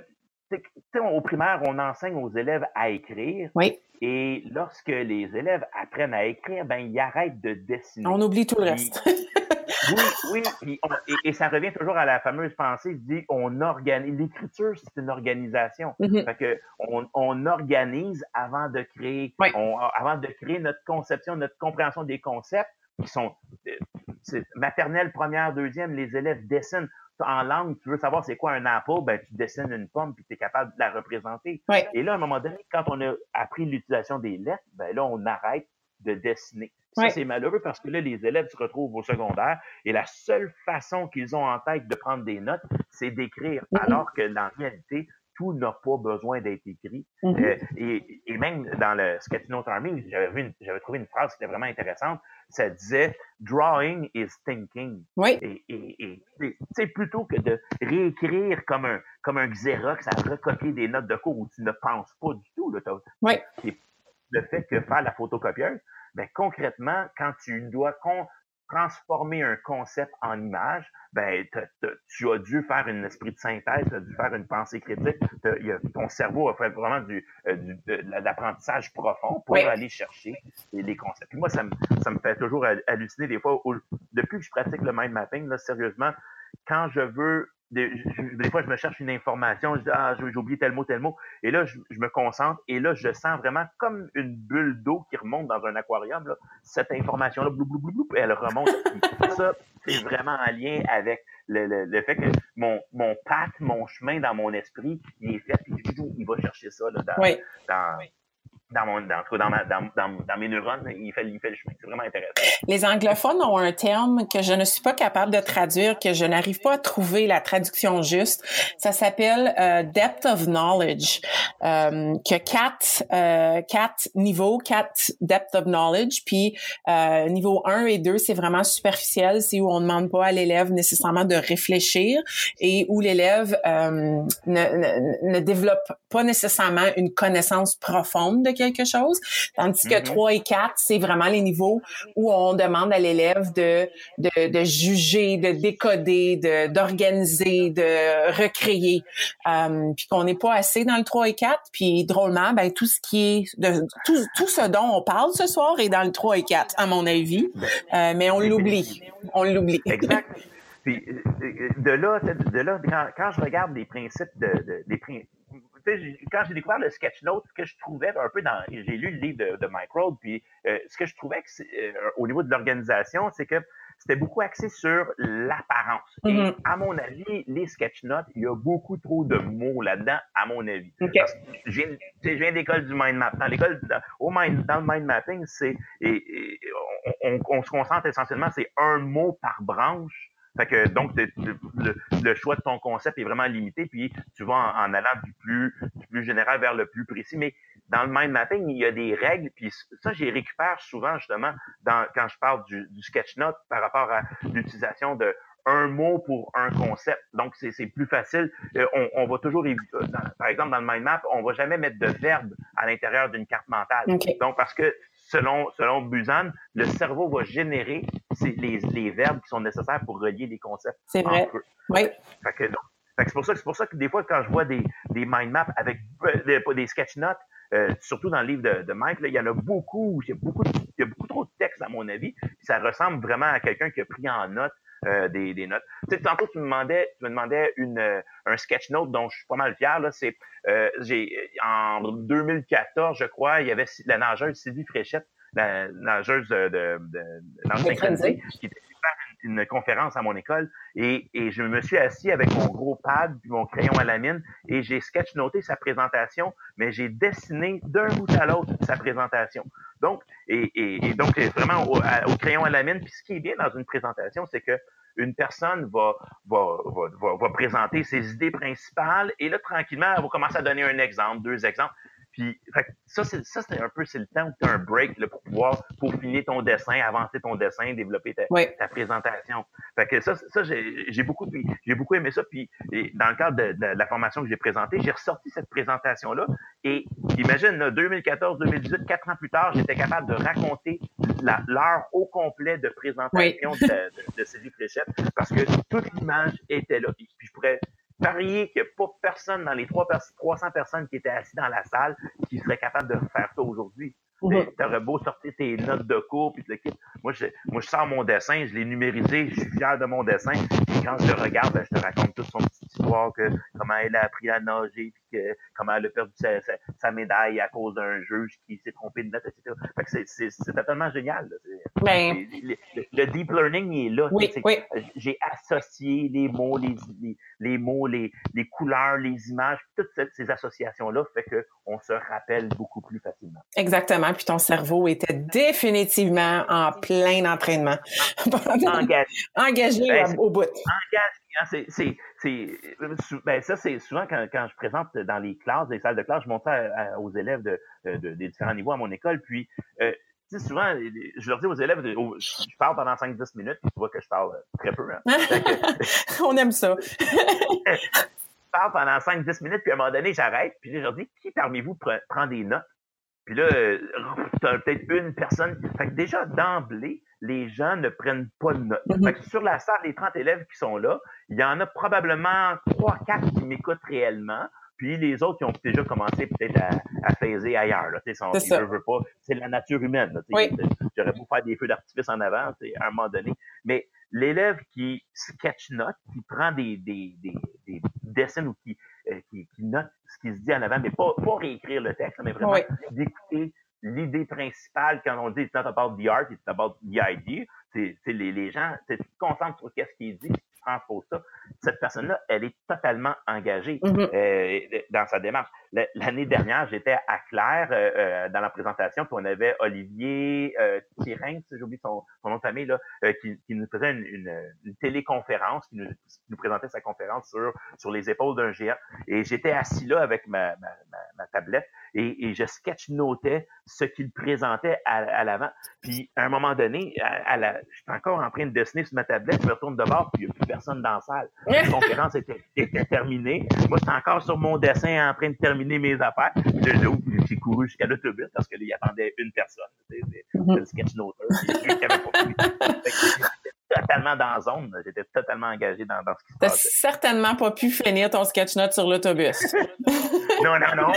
au primaire, on enseigne aux élèves à écrire. Oui. Et lorsque les élèves apprennent à écrire, ben, ils arrêtent de dessiner. On oublie tout le reste. Oui. Et ça revient toujours à la fameuse pensée, dit, l'écriture, c'est une organisation. Fait que, on organise avant de créer, avant de créer notre conception, notre compréhension des concepts qui sont, maternelle, première, deuxième, les élèves dessinent. En langue, tu veux savoir c'est quoi un apple, ben, tu dessines une pomme puis tu es capable de la représenter. Oui. Et là, à un moment donné, quand on a appris l'utilisation des lettres, ben là, on arrête de dessiner. Ça, c'est malheureux parce que là, les élèves se retrouvent au secondaire et la seule façon qu'ils ont en tête de prendre des notes, c'est d'écrire. Alors que dans la réalité, tout n'a pas besoin d'être écrit. Et même dans le Sketchnote Army, j'avais trouvé une phrase qui était vraiment intéressante. Ça disait « Drawing is thinking ». Oui. Et plutôt que de réécrire comme un Xerox à recopier des notes de cours où tu ne penses pas du tout, là, le fait que faire la photocopieuse, ben, concrètement, quand tu dois transformer un concept en image, ben, tu as dû faire un esprit de synthèse, tu as dû faire une pensée critique, ton cerveau a fait vraiment de l'apprentissage profond pour aller chercher les concepts. Puis moi, ça me fait toujours halluciner des fois, depuis que je pratique le mind mapping, là, sérieusement, quand je veux, des fois, je me cherche une information, je dis, j'ai oublié tel mot, et là, je me concentre, et là, je sens vraiment comme une bulle d'eau qui remonte dans un aquarium, là, cette information-là, elle remonte. Ça, c'est vraiment en lien avec le fait que mon path, mon chemin dans mon esprit, il est fait, puis il va chercher ça, là, dans mes neurones, il fait le chemin. C'est vraiment intéressant. Les anglophones ont un terme que je ne suis pas capable de traduire, que je n'arrive pas à trouver la traduction juste. Ça s'appelle depth of knowledge, que quatre niveaux, 4 depth of knowledge, puis niveau 1 et 2, c'est vraiment superficiel, c'est où on ne demande pas à l'élève nécessairement de réfléchir et où l'élève ne développe pas nécessairement une connaissance profonde de quelque chose, tandis que 3 et 4, c'est vraiment les niveaux où on demande à l'élève de juger, de décoder, d'organiser, de recréer, puis qu'on n'est pas assez dans le 3 et 4, puis drôlement, ben tout ce qui est tout ce dont on parle ce soir est dans le 3 et 4, à mon avis, mais on l'oublie. Exact. Puis de là, quand je regarde les principes quand j'ai découvert le sketchnote, ce que je trouvais un peu j'ai lu le livre de Mike Rohde, puis ce que je trouvais au niveau de l'organisation, c'est que c'était beaucoup axé sur l'apparence. Et à mon avis, les sketchnotes, il y a beaucoup trop de mots là-dedans, à mon avis. Okay. Parce que je viens d'école du mind map. Dans le mind mapping, on se concentre essentiellement, c'est un mot par branche. Fait que donc le choix de ton concept est vraiment limité, puis tu vas en allant du plus général vers le plus précis. Mais dans le mind mapping, il y a des règles, puis ça, j'y récupère souvent justement quand je parle du sketchnote par rapport à l'utilisation de un mot pour un concept. Donc c'est plus facile. On va toujours par exemple dans le mind map, on va jamais mettre de verbe à l'intérieur d'une carte mentale. Okay. Donc parce que selon Buzan, le cerveau va générer les verbes qui sont nécessaires pour relier les concepts. C'est vrai. Oui. Fait que c'est pour ça que des fois, quand je vois des mind maps avec des sketch notes, surtout dans le livre de Mike, là, il y en a beaucoup. Il y a beaucoup trop de texte, à mon avis. Puis ça ressemble vraiment à quelqu'un qui a pris en note des notes. Tu sais, tantôt, tu me demandais un sketch note dont je suis pas mal fier. Là, c'est en 2014, je crois, il y avait la nageuse Sylvie Fréchette, la nageuse de synchronisée, qui était faire une conférence à mon école, et je me suis assis avec mon gros pad puis mon crayon à lamine et j'ai sketch-noté sa présentation, mais j'ai dessiné d'un bout à l'autre sa présentation. Donc, donc vraiment au crayon à lamine. Puis ce qui est bien dans une présentation, c'est que une personne va présenter ses idées principales et là, tranquillement, elle va commencer à donner un exemple, 2 exemples. Puis, c'est un peu, c'est le temps où tu as un break là, pour pouvoir peaufiner ton dessin, avancer ton dessin, développer ta présentation. Fait que ça j'ai beaucoup aimé ça. Puis, dans le cadre de la formation que j'ai présentée, j'ai ressorti cette présentation-là. Et imagine, 2014, 2018, 4 ans plus tard, j'étais capable de raconter l'heure au complet de présentation de Sylvie Fléchette parce que toute l'image était là. Puis je pourrais parier qu'il n'y a pas personne dans les 300 personnes qui étaient assises dans la salle qui serait capable de faire ça aujourd'hui. Tu aurais beau sortir tes notes de cours, puis moi, je sors mon dessin, je l'ai numérisé, je suis fier de mon dessin. Et quand je le regarde, je te raconte toute son petite histoire, comment elle a appris à nager, puis comment elle a perdu sa médaille à cause d'un juge qui s'est trompé de note, etc. Fait que c'est totalement génial. Le deep learning, il est là. Oui. J'ai associé les mots, les couleurs, les images, toutes ces associations-là fait qu'on se rappelle beaucoup plus facilement. Exactement. Puis ton cerveau était définitivement en plein entraînement. Engagé au bout. Engagé. Ça, c'est souvent quand je présente dans les classes, les salles de classe, je montre ça aux élèves des différents niveaux à mon école. Puis, souvent, je leur dis aux élèves, je parle pendant 5-10 minutes, puis tu vois que je parle très peu. Hein. On aime ça. Je parle pendant 5-10 minutes, puis à un moment donné, j'arrête, puis je leur dis, qui parmi vous prend des notes? Puis là, t'as peut-être une personne. Fait que déjà, d'emblée, les gens ne prennent pas de notes. Fait que sur la salle, les 30 élèves qui sont là, il y en a probablement 3-4 qui m'écoutent réellement. Puis les autres, qui ont déjà commencé peut-être à phaser ailleurs. Là. Je veux pas. C'est la nature humaine. Là, j'aurais pu faire des feux d'artifice en avant à un moment donné. Mais l'élève qui sketch note, qui prend des dessins ou qui note ce qui se dit en avant, mais pas réécrire le texte, mais vraiment d'écouter l'idée principale quand on dit it's not about the art, it's about the idea. Les gens, tu te concentres sur qu'est-ce qui est dit, tu transposes ça. Cette personne-là, elle est totalement engagée dans sa démarche. L'année dernière, j'étais à Claire dans la présentation, puis on avait Olivier Thirin, j'ai oublié son nom de famille, là, qui nous faisait une téléconférence, qui nous présentait sa conférence sur les épaules d'un géant. Et j'étais assis là avec ma tablette et je sketch-notais ce qu'il présentait à l'avant. Puis à un moment donné, je suis encore en train de dessiner sur ma tablette, je me retourne de bord, puis il n'y a plus personne dans la salle. La conférence était terminée. Moi, j'étais encore sur mon dessin en train de terminer mes affaires. J'ai couru jusqu'à l'autobus parce qu'il y attendait une personne. Le sketch-noteur. J'étais totalement dans la zone. J'étais totalement engagé dans ce qui se passait. T'as certainement pas pu finir ton sketch-note sur l'autobus. Non.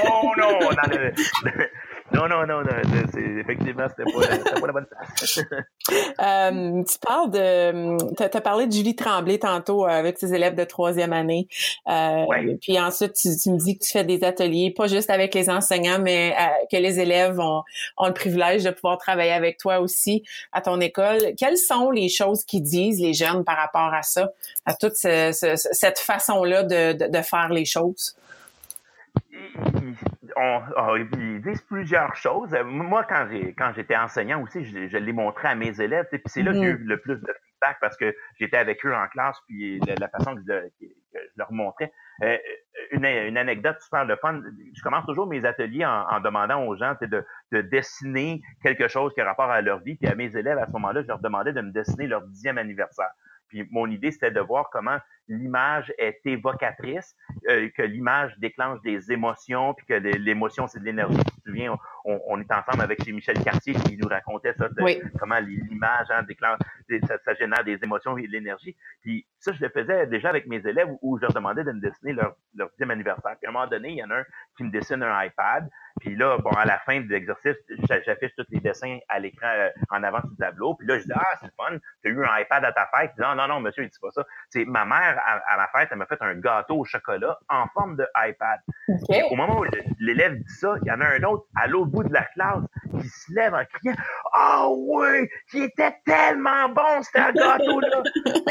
Non. Effectivement, c'était pas la bonne place. Tu parles t'as parlé de Julie Tremblay tantôt avec tes élèves de 3e année. Puis ensuite, tu me dis que tu fais des ateliers, pas juste avec les enseignants, mais que les élèves ont le privilège de pouvoir travailler avec toi aussi à ton école. Quelles sont les choses qu'ils disent, les jeunes, par rapport à ça, à toute cette façon-là de faire les choses? Ils disent plusieurs choses. Moi, quand j'étais enseignant aussi, je l'ai montré à mes élèves. Puis c'est là que j'ai eu le plus de feedback parce que j'étais avec eux en classe, puis la façon que je leur montrais. Une anecdote super de fun. Je commence toujours mes ateliers en demandant aux gens de dessiner quelque chose qui a rapport à leur vie. Puis à mes élèves, à ce moment-là, je leur demandais de me dessiner leur 10e anniversaire. Puis mon idée, c'était de voir comment l'image est évocatrice, que l'image déclenche des émotions, puis que l'émotion, c'est de l'énergie. Tu te souviens, on est ensemble avec chez Michel Cartier, qui nous racontait ça, comment l'image déclenche, ça génère des émotions et de l'énergie. Puis ça, je le faisais déjà avec mes élèves où je leur demandais de me dessiner leur 10e anniversaire. Puis à un moment donné, il y en a un qui me dessine un iPad. Puis là, à la fin de l'exercice, j'affiche tous les dessins à l'écran en avant du tableau. Puis là, je dis, c'est le fun, tu as eu un iPad à ta fête. Il dit, non, monsieur, il dit pas ça. C'est ma mère, à ma fête, elle m'a fait un gâteau au chocolat en forme de iPad. Okay. Au moment où l'élève dit ça, il y en a un autre à l'autre bout de la classe qui se lève en criant, « Ah oui, il était tellement bon, ce gâteau-là! »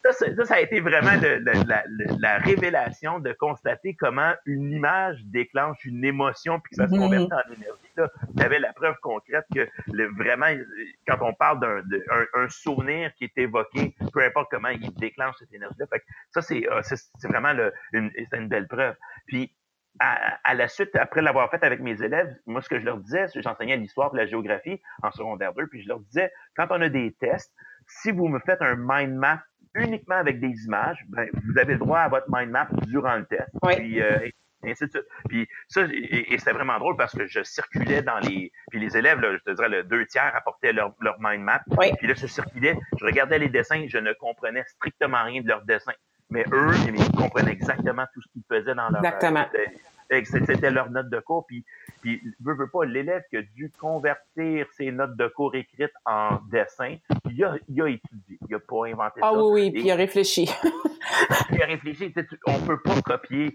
ça a été vraiment la révélation de constater comment une image déclenche une émotion puis que ça se convertit en énergie. Là, tu avais la preuve concrète que vraiment, quand on parle d'un souvenir qui est évoqué, peu importe comment il déclenche cette énergie-là. Fait que ça, c'est vraiment c'est une belle preuve. Puis, à la suite, après l'avoir fait avec mes élèves, moi, ce que je leur disais, j'enseignais l'histoire et la géographie en secondaire 2, puis je leur disais, quand on a des tests, si vous me faites un mind map uniquement avec des images, ben, vous avez le droit à votre mind map durant le test. Oui. Puis, et ainsi de suite. Puis ça, et c'était vraiment drôle parce que je circulais puis les élèves, là, je te dirais, le 2/3 apportaient leur mind map. Oui. Puis là, je circulais, je regardais les dessins, je ne comprenais strictement rien de leurs dessins. Mais eux, ils comprenaient exactement tout ce qu'ils faisaient dans leur... Exactement. C'était leur note de cours. Puis veut pas, l'élève qui a dû convertir ses notes de cours écrites en dessin, il a étudié. Il a pas inventé ça. Ah oui, puis il a réfléchi. Il a réfléchi. On peut pas copier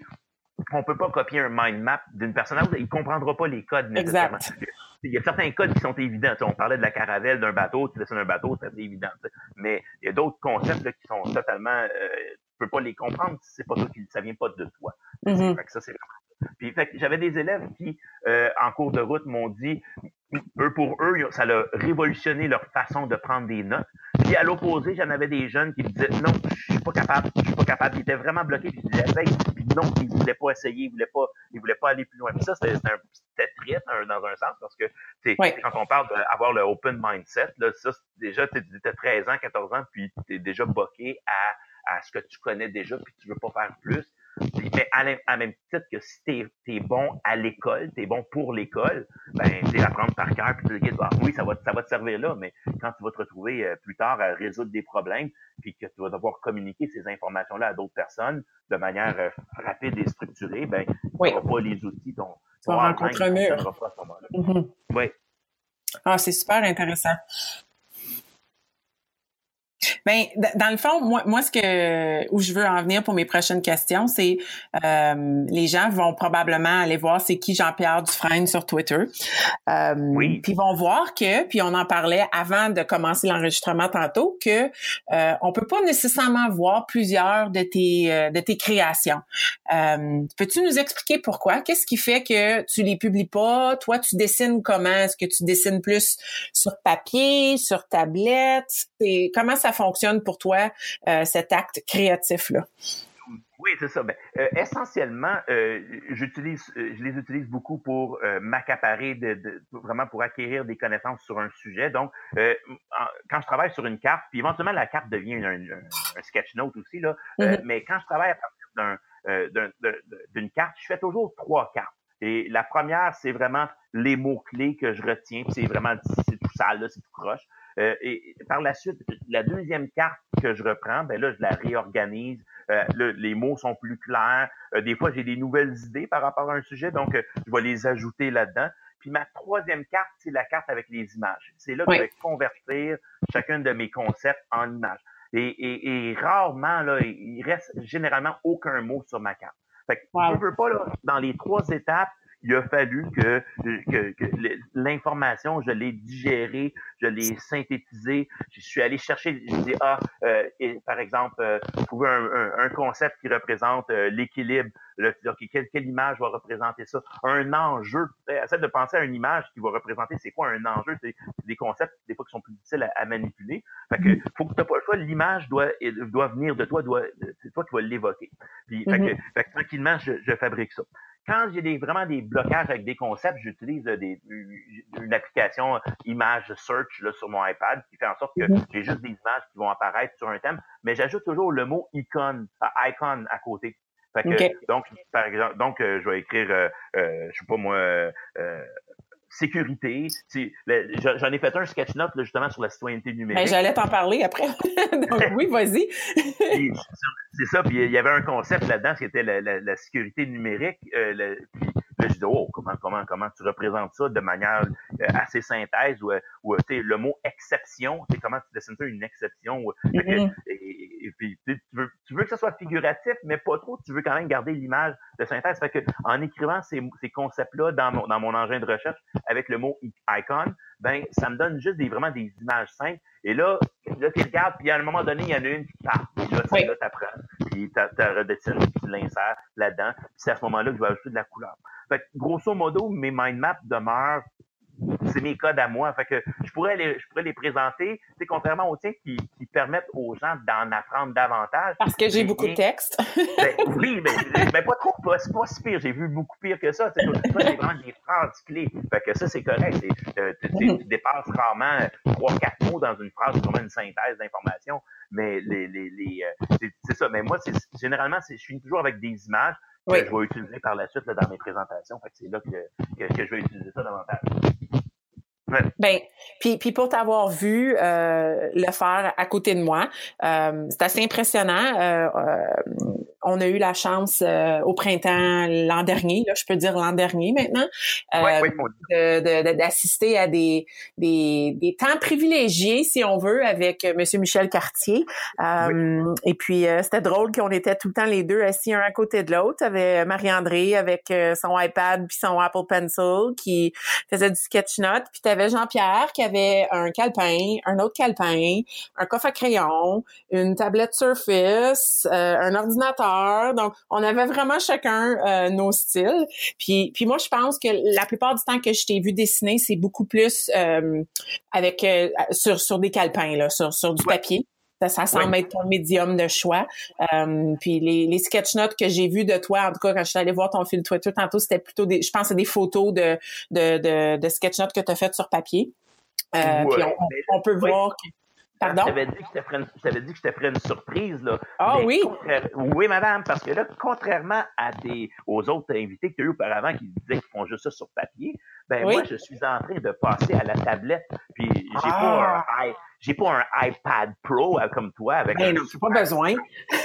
un mind map d'une personne à l'autre. Il comprendra pas les codes nécessairement. Exact. Il y a certains codes qui sont évidents. On parlait de la caravelle d'un bateau, tu dessines un bateau, c'est évident. Mais il y a d'autres concepts là, qui sont totalement... tu peux pas les comprendre si c'est pas toi ça vient pas de toi. Mm-hmm. Fait que ça, c'est vraiment... Puis fait que j'avais des élèves qui, en cours de route, m'ont dit, pour eux, ça a révolutionné leur façon de prendre des notes. Puis à l'opposé, j'en avais des jeunes qui me disaient non, je suis pas capable. Ils étaient vraiment bloqués, puis ils disaient puis non, ils voulaient pas essayer, ils voulaient pas aller plus loin. Puis ça, c'était triste dans un sens, parce que quand on parle d'avoir le open mindset, là, ça, déjà, tu étais 13 ans, 14 ans, puis tu es déjà bloqué à ce que tu connais déjà, puis tu veux pas faire plus. Mais à même titre que si t'es bon à l'école, t'es bon pour l'école, ben t'es apprendre par cœur puis te dire oui, ça va te servir là, mais quand tu vas te retrouver plus tard à résoudre des problèmes, puis que tu vas devoir communiquer ces informations-là à d'autres personnes de manière rapide et structurée, ben tu n'auras pas les outils dont tu vas rencontrer un mur. À ce moment-là. Mm-hmm. Oui. Ah, c'est super intéressant. Ben, dans le fond, moi, où je veux en venir pour mes prochaines questions, c'est les gens vont probablement aller voir c'est qui Jean-Pierre Dufresne sur Twitter. Oui. Puis ils vont voir puis on en parlait avant de commencer l'enregistrement tantôt, que on peut pas nécessairement voir plusieurs de tes créations. Peux-tu nous expliquer pourquoi? Qu'est-ce qui fait que tu les publies pas? Toi, tu dessines comment? Est-ce que tu dessines plus sur papier, sur tablette? Comment ça fonctionne pour toi, cet acte créatif-là? Oui, c'est ça. Essentiellement, je les utilise beaucoup pour m'accaparer, vraiment pour acquérir des connaissances sur un sujet. Donc, quand je travaille sur une carte, puis éventuellement la carte devient un sketch note aussi là. Mais quand je travaille à partir d'une carte, je fais toujours 3 cartes. Et la première, c'est vraiment les mots-clés que je retiens. Puis c'est tout sale, là, c'est tout croche. Et par la suite, la deuxième carte que je reprends, ben là, je la réorganise. Les mots sont plus clairs. Des fois, j'ai des nouvelles idées par rapport à un sujet, donc je vais les ajouter là-dedans. Puis ma troisième carte, c'est la carte avec les images. C'est là que je vais convertir chacun de mes concepts en images. Et rarement, là, il reste généralement aucun mot sur ma carte. Fait que je veux pas, là, dans les 3 étapes, il a fallu que l'information, je l'ai digérée, je l'ai synthétisée. Je suis allé chercher, je dis par exemple, trouver un concept qui représente l'équilibre. Là, quelle image va représenter ça? Un enjeu. Essaie de penser à une image qui va représenter c'est quoi un enjeu. C'est des concepts des fois qui sont plus difficiles à manipuler. Fait que faut que t'as pas le choix. L'image doit venir de toi. C'est toi qui vas l'évoquer. Puis fait que tranquillement, je fabrique ça. Quand j'ai vraiment des blocages avec des concepts, j'utilise une application image search là, sur mon iPad qui fait en sorte que j'ai juste des images qui vont apparaître sur un thème, mais j'ajoute toujours le mot icon à côté. Fait que, donc, par exemple, je vais écrire, je sais pas moi, sécurité. J'en ai fait un sketch note là, justement sur la citoyenneté numérique. Ben, j'allais t'en parler après. Donc oui, vas-y. C'est ça. Puis il y avait un concept là-dedans qui était la sécurité numérique. Puis là, je dis comment tu représentes ça de manière assez synthèse ou tu sais le mot exception. Tu sais comment tu dessines ça une exception. Et et puis tu veux que ça soit figuratif, mais pas trop. Tu veux quand même garder l'image de synthèse. Fait que en écrivant ces concepts-là dans mon engin de recherche avec le mot icon, ben ça me donne juste vraiment des images simples. Et là tu regardes, puis à un moment donné, il y en a une qui part. Puis là, là t'apprends. Puis tu redessines, puis tu l'insères là-dedans. Puis c'est à ce moment-là que je vais ajouter de la couleur. Fait que grosso modo, mes mind maps demeurent. C'est mes codes à moi. Fait que je pourrais les présenter, contrairement aux tiens qui permettent aux gens d'en apprendre davantage. Parce que j'ai beaucoup de textes. Oui, mais pas trop. C'est pas si pire. J'ai vu beaucoup pire que ça. C'est vraiment des phrases clés. Fait que ça, c'est correct. Tu dépasses rarement 3-4 mots dans une phrase, c'est vraiment une synthèse d'informations. Mais c'est ça. Mais moi, généralement, je suis toujours avec des images. Que je vais utiliser par la suite là, dans mes présentations. Fait que c'est là que je vais utiliser ça davantage. Ouais. Ben, puis pour t'avoir vu le faire à côté de moi, c'est assez impressionnant. On a eu la chance au printemps l'an dernier, là, je peux dire l'an dernier maintenant, d'assister à des temps privilégiés, si on veut, avec Monsieur Michel Cartier. Et puis c'était drôle qu'on était tout le temps les deux assis un à côté de l'autre. T'avais Marie-André avec son iPad puis son Apple Pencil qui faisait du sketch note, puis t'avais Jean-Pierre qui avait un calepin, un autre calepin, un coffre à crayon, une tablette Surface, un ordinateur. Donc, on avait vraiment chacun nos styles. Puis moi, je pense que la plupart du temps que je t'ai vu dessiner, c'est beaucoup plus avec sur des calepins, là, sur du papier. Ça semble être ton médium de choix. Puis les sketch notes que j'ai vues de toi, en tout cas, quand je suis allée voir ton fil Twitter tantôt, c'était plutôt je pense, c'est des photos de sketch notes que tu as faites sur papier. Puis on peut voir que... Pardon? Je t'avais dit que je te ferais une surprise, là. Ah oui? Oui, madame, parce que là, contrairement aux autres invités que tu as eu auparavant qui disaient qu'ils font juste ça sur papier, moi, je suis en train de passer à la tablette. Puis j'ai pas un iPad Pro comme toi avec. Non, j'ai pas besoin.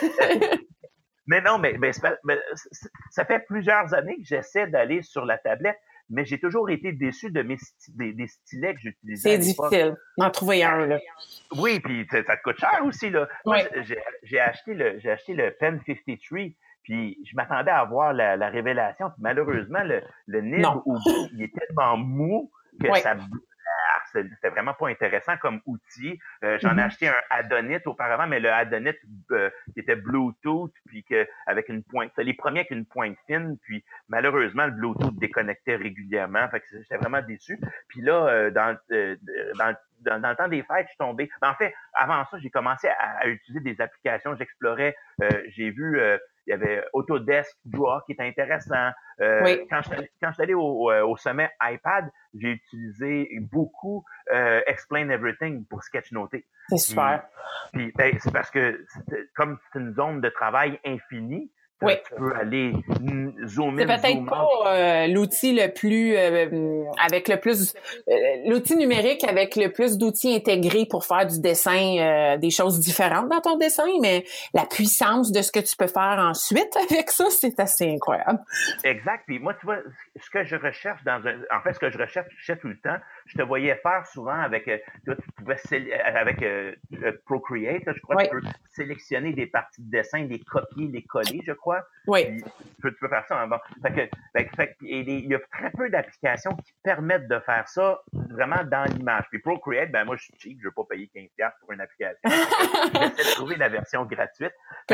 Mais non, mais ça fait plusieurs années que j'essaie d'aller sur la tablette, mais j'ai toujours été déçu de des stylets que j'utilisais. C'est difficile d'en trouver un, là. Oui, puis ça te coûte cher aussi, là. Moi, j'ai acheté le Pen 53, puis je m'attendais à voir la révélation, puis malheureusement, le nib il est tellement mou que c'était vraiment pas intéressant comme outil. J'en ai acheté un Adonit auparavant, mais le Adonit qui était Bluetooth, puis avec une pointe. C'était les premiers avec une pointe fine, puis malheureusement, le Bluetooth déconnectait régulièrement. Fait que j'étais vraiment déçu. Puis là, dans le temps des fêtes, je suis tombé. En fait, avant ça, j'ai commencé à utiliser des applications. J'explorais. J'ai vu il y avait Autodesk Draw qui était intéressant. Quand je suis allé au sommet iPad, j'ai utilisé beaucoup Explain Everything pour sketchnoter. C'est super. Puis c'est parce que comme c'est une zone de travail infinie, tu peux aller zoomer. C'est peut-être pas l'outil le plus avec le plus l'outil numérique avec le plus d'outils intégrés pour faire du dessin, des choses différentes dans ton dessin, mais la puissance de ce que tu peux faire ensuite avec ça, c'est assez incroyable. Exact. Puis moi, tu vois, ce que je recherche ce que je recherche tout le temps, je te voyais faire souvent avec, tu pouvais avec Procreate, là, je crois que tu peux sélectionner des parties de dessin, les copier, les coller, je crois. Oui. Tu peux faire ça. Bon. Il y a très peu d'applications qui permettent de faire ça vraiment dans l'image. Puis Procreate, moi, je suis cheap, je veux pas payer 15$ pour une application. J'essaie de trouver la version gratuite.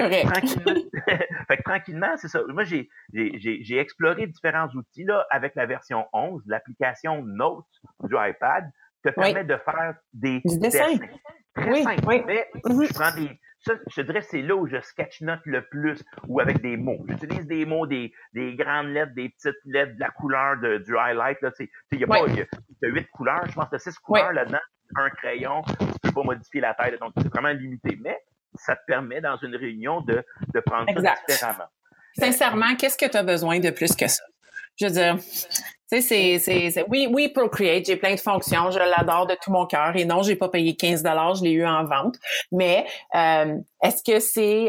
Tranquillement, c'est ça. Moi, j'ai exploré différents outils, là, avec la version 11, l'application Notes du iPad te permet de faire des dessins. Très simple. Mais je prends je te dirais, c'est là où je sketch note le plus, ou avec des mots. J'utilise des mots, des grandes lettres, des petites lettres, de la couleur du highlight, là, il y a 8 couleurs, je pense que 6 couleurs là-dedans, un crayon, tu peux pas modifier la taille, donc c'est vraiment limité. Mais ça te permet, dans une réunion, de prendre ça différemment. Sincèrement, qu'est-ce que tu as besoin de plus que ça? Je veux dire, tu sais, oui, Procreate, j'ai plein de fonctions, je l'adore de tout mon cœur. Et non, j'ai pas payé 15$, je l'ai eu en vente. Mais est-ce que c'est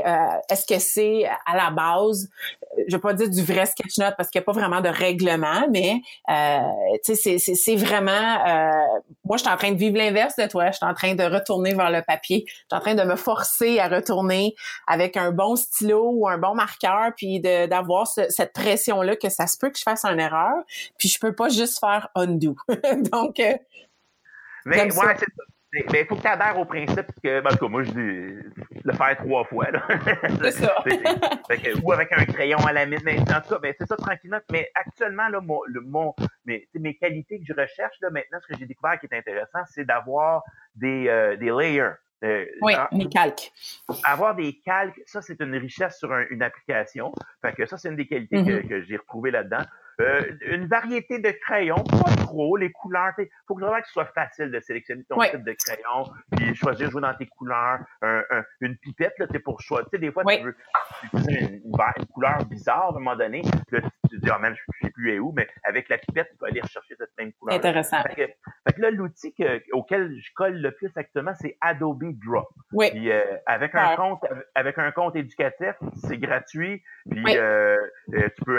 à la base, je vais pas dire du vrai sketch note parce qu'il n'y a pas vraiment de règlement, mais tu sais, c'est vraiment moi je suis en train de vivre l'inverse de toi, je suis en train de retourner vers le papier, je suis en train de me forcer à retourner avec un bon stylo ou un bon marqueur, puis d'avoir cette pression là que ça se peut que je fasse une erreur, puis je peux pas juste faire undo. Donc mais ouais, c'est ça. Mais il faut que tu adhères au principe que, en tout cas, moi, je dis le faire 3 fois, là. C'est ça. Ou avec un crayon à la mine, mais en tout cas, ben, c'est ça tranquillement. Mais actuellement, là, mes qualités que je recherche, là, maintenant, ce que j'ai découvert qui est intéressant, c'est d'avoir des layers. Oui, des calques. Avoir des calques, ça, c'est une richesse sur une application. Fait que ça, c'est une des qualités que j'ai retrouvées là-dedans. Une variété de crayons, pas trop, les couleurs, faut vraiment que ce soit facile de sélectionner ton type de crayon, puis choisir, jouer dans tes couleurs, une pipette, là, pour choisir. Tu sais, des fois, tu veux utiliser une couleur bizarre à un moment donné, puis là, tu te dis, même, je sais plus où, mais avec la pipette, tu peux aller rechercher cette même couleur. Intéressant. Fait que là, l'outil auquel je colle le plus actuellement, c'est Adobe Draw. Oui. Puis avec un compte éducatif, c'est gratuit. Puis tu peux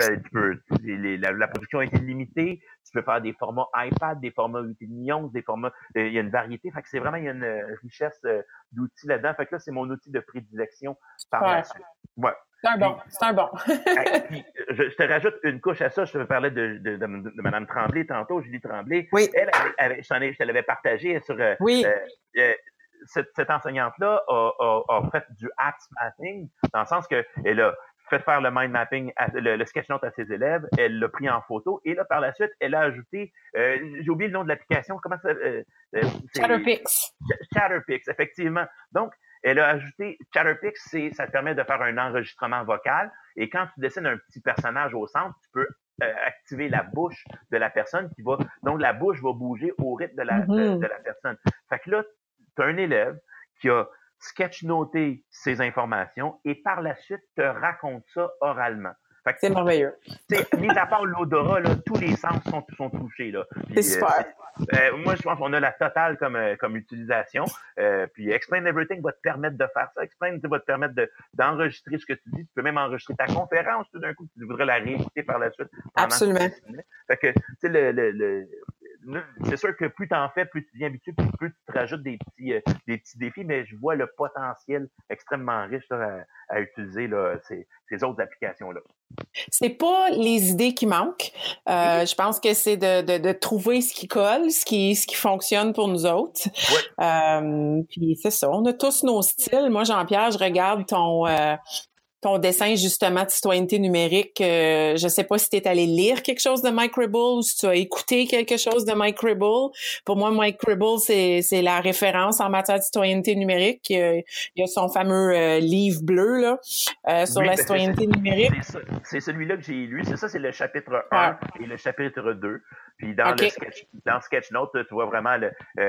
la production est illimitée. Tu peux faire des formats iPad, des formats 8,5 onces, des formats. Il y a une variété. Fait que c'est vraiment, il y a une richesse d'outils là-dedans. Fait que là, c'est mon outil de prédilection par la suite. Ouais. C'est un bon. Puis, je te rajoute une couche à ça. Je te parlais de Mme Tremblay tantôt, Julie Tremblay. Oui. Je te l'avais partagé sur. Cette enseignante-là a fait du apps mapping, dans le sens qu'elle a fait faire le mind mapping, le sketch note à ses élèves, elle l'a pris en photo, et là, par la suite, elle a ajouté, j'ai oublié le nom de l'application, comment ça... Chatterpix. Chatterpix, effectivement. Donc, elle a ajouté Chatterpix, ça te permet de faire un enregistrement vocal, et quand tu dessines un petit personnage au centre, tu peux activer la bouche de la personne donc la bouche va bouger au rythme de la personne. Fait que là, tu as un élève qui a sketch-noté ses informations et par la suite te raconte ça oralement. C'est merveilleux. Mis à part l'odorat, là, tous les sens sont touchés. Là. C'est super. Moi, je pense qu'on a la totale comme utilisation. Puis Explain Everything va te permettre de faire ça. Explain va te permettre d'enregistrer ce que tu dis. Tu peux même enregistrer ta conférence tout d'un coup. Tu voudrais la réécouter par la suite. Absolument. Fait que, tu sais, c'est sûr que plus t'en fais, plus tu deviens habitué, plus tu te rajoutes des petits défis, mais je vois le potentiel extrêmement riche là, à utiliser là, ces autres applications-là. C'est pas les idées qui manquent. Je pense que c'est de trouver ce qui colle, ce qui fonctionne pour nous autres. Ouais. Puis c'est ça, on a tous nos styles. Moi, Jean-Pierre, je regarde ton dessin justement de citoyenneté numérique. Je sais pas si tu es allé lire quelque chose de Mike Ribble ou si tu as écouté quelque chose de Mike Ribble. Pour moi, Mike Ribble, c'est la référence en matière de citoyenneté numérique. Il y a son fameux livre bleu là sur la citoyenneté numérique. C'est celui-là que j'ai lu. C'est ça, c'est le chapitre 1 et le chapitre 2. Puis dans le sketch note, tu vois vraiment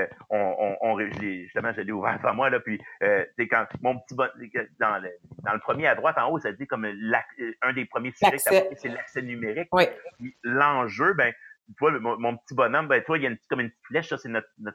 justement, je l'ai ouvert devant moi là. Puis quand mon petit dans le premier à droite en haut, ça dit comme un des premiers sujets que tu as apporté, c'est l'accès numérique. Oui. Puis l'enjeu, ben, tu vois, mon petit bonhomme, ben, toi, il y a comme une petite flèche, ça, c'est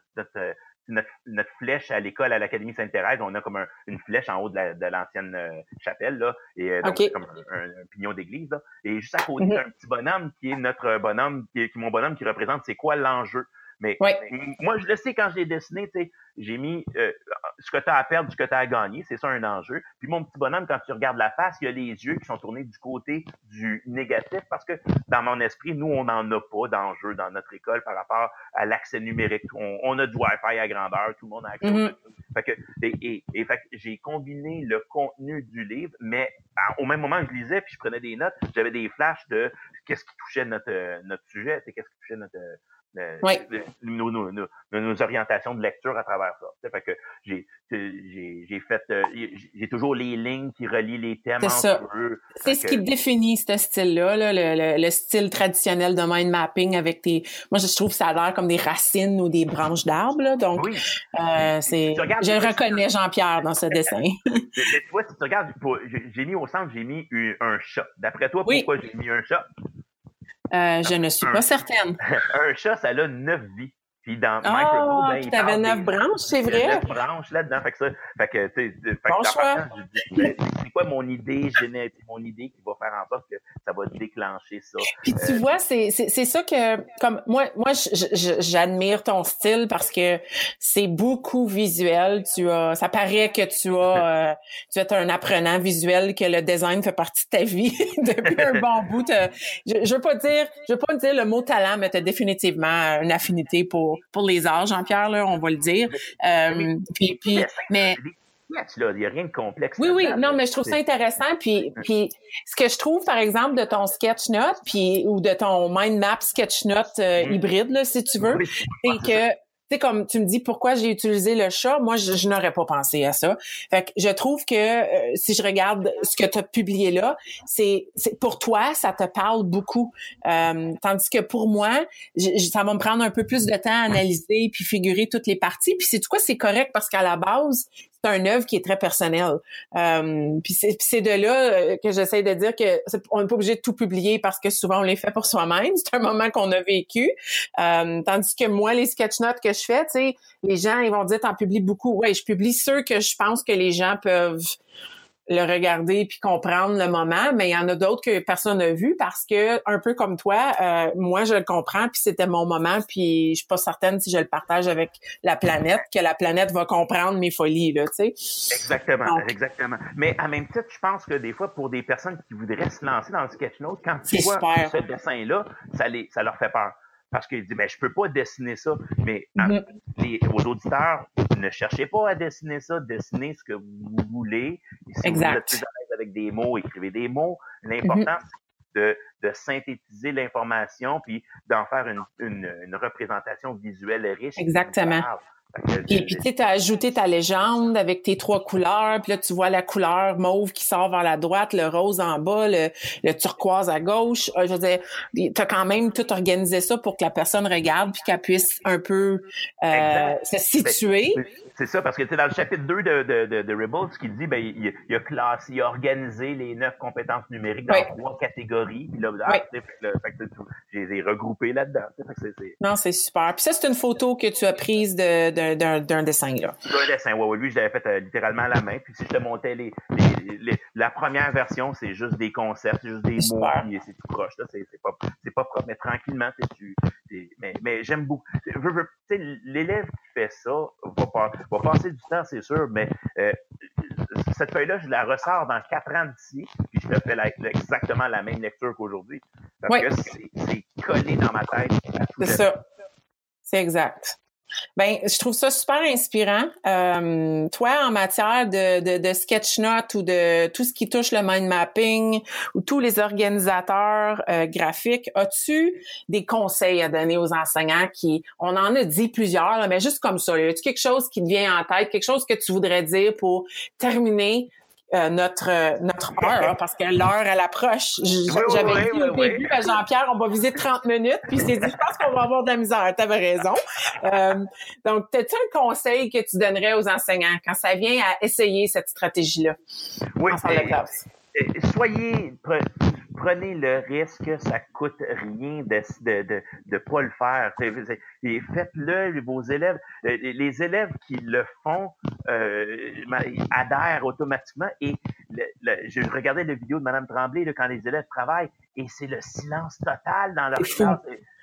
notre flèche à l'école, à l'Académie Sainte-Thérèse. On a comme une flèche en haut de l'ancienne chapelle, là. Et donc, c'est comme un pignon d'église, là. Et juste à côté, un petit bonhomme qui est notre bonhomme, qui est mon bonhomme qui représente c'est quoi l'enjeu. Mais moi, je le sais quand je l'ai dessiné, tu sais, j'ai mis ce que tu as à perdre, ce que tu as à gagner, c'est ça un enjeu. Puis mon petit bonhomme, quand tu regardes la face, il y a les yeux qui sont tournés du côté du négatif parce que dans mon esprit, nous, on n'en a pas d'enjeu dans notre école par rapport à l'accès numérique. On a du Wi-Fi à grandeur, tout le monde a accès. Fait que, fait que j'ai combiné le contenu du livre, mais au même moment que je lisais puis je prenais des notes, j'avais des flashs de qu'est-ce qui touchait notre sujet, qu'est-ce qui touchait nos orientations de lecture à travers ça. Fait que j'ai toujours les lignes qui relient les thèmes entre eux. C'est ce qui définit ce style-là, le style traditionnel de mind mapping avec moi je trouve que ça a l'air comme des racines ou des branches d'arbres, là. Donc, je reconnais Jean-Pierre dans ce dessin. Tu vois, si tu regardes, j'ai mis au centre, j'ai mis un chat. D'après toi, pourquoi j'ai mis un chat? Je ne suis pas certaine. Un chat, ça a 9 vies. Puis dans Microcode, Ah, ben, puis il t'avais parle 9 branches, c'est il y a vrai? 9 branches là-dedans. Fait que, tu sais, Bon en choix. partant, je dis, ben, c'est quoi mon idée génétique, mon idée qui va faire en sorte que ça va déclencher ça. Puis tu vois, c'est ça que comme moi j'admire ton style parce que c'est beaucoup visuel. Ça paraît que tu es un apprenant visuel, que le design fait partie de ta vie depuis un bon bout. Je veux pas dire le mot talent, mais tu as définitivement une affinité pour les arts, Jean-Pierre là, on va le dire. Mais Là, il n'y a rien de complexe oui, oui, là-dedans. non, Là. mais je trouve ça intéressant. Puis ce que je trouve, par exemple, de ton sketch note, puis ou de ton mind map sketch note hybride, là, si tu veux, Oui, c'est que tu sais, comme tu me dis pourquoi j'ai utilisé le chat, moi je n'aurais pas pensé à ça. Fait que je trouve que si je regarde ce que tu as publié là, c'est pour toi ça te parle beaucoup, tandis que pour moi ça va me prendre un peu plus de temps à analyser puis figurer toutes les parties. Puis c'est quoi, c'est correct parce qu'à la base c'est un œuvre qui est très personnelle. Puis c'est de là que j'essaie de dire que on n'est pas obligé de tout publier parce que souvent on les fait pour soi-même. C'est un moment qu'on a vécu. Tandis que moi, les sketch notes que je fais, tu sais, les gens, ils vont dire, t'en publies beaucoup. Ouais, je publie ceux que je pense que les gens peuvent le regarder puis comprendre le moment, mais il y en a d'autres que personne n'a vu parce que, un peu comme toi, moi, je le comprends puis c'était mon moment puis je suis pas certaine si je le partage avec la planète, que la planète va comprendre mes folies, là, tu sais. Exactement, Donc, exactement. Mais à même titre, je pense que des fois, pour des personnes qui voudraient se lancer dans le sketch-note, quand tu c'est vois super. ce dessin-là, ça leur fait peur. Parce qu'ils disent, ben, je peux pas dessiner ça. Mais aux auditeurs, ne cherchez pas à dessiner ça, dessinez ce que vous voulez. Et si vous êtes plus Exact. à l'aise avec des mots, écrivez des mots. L'important, c'est de synthétiser l'information puis d'en faire une représentation visuelle riche. Exactement. Puis tu sais, t'as ajouté ta légende avec tes 3 couleurs, puis là, tu vois la couleur mauve qui sort vers la droite, le rose en bas, le turquoise à gauche. Je veux dire, t'as quand même tout organisé ça pour que la personne regarde puis qu'elle puisse un peu se situer. C'est ça, parce que tu sais, dans le chapitre 2 de Rebel, ce qu'il dit, ben, il a classé, il a organisé les 9 compétences numériques dans 3 catégories. Puis là, je les ai regroupées là-dedans. Non, c'est super. Puis ça, c'est une photo que tu as prise d'un dessin, là. Un dessin, oui, lui, je l'avais fait littéralement à la main. Puis si je te montais la première version, c'est juste des concepts, c'est juste des mots, puis c'est tout proche. Là, c'est pas propre, mais tranquillement, mais j'aime beaucoup. L'élève qui fait ça va passer du temps, c'est sûr, mais cette feuille-là, je la ressors dans 4 ans d'ici, puis je te fais exactement la même lecture qu'aujourd'hui. Parce que c'est collé dans ma tête. C'est ça. C'est exact. Ben, je trouve ça super inspirant. Toi, en matière de sketch note ou de tout ce qui touche le mind mapping ou tous les organisateurs graphiques, as-tu des conseils à donner aux enseignants on en a dit plusieurs, là, mais juste comme ça, là, as-tu quelque chose qui te vient en tête, quelque chose que tu voudrais dire pour terminer notre heure, hein, parce que l'heure, elle approche. J'avais dit au début à Jean-Pierre, on va viser 30 minutes, puis il s'est dit, je pense qu'on va avoir de la misère. T'avais raison. Donc, as-tu un conseil que tu donnerais aux enseignants quand ça vient à essayer cette stratégie-là en salle de classe? Prenez le risque, ça coûte rien de pas le faire. Faites-le, vos élèves. Les élèves qui le font adhèrent automatiquement. Et je regardais la vidéo de Mme Tremblay là, quand les élèves travaillent, et c'est le silence total dans leur classe.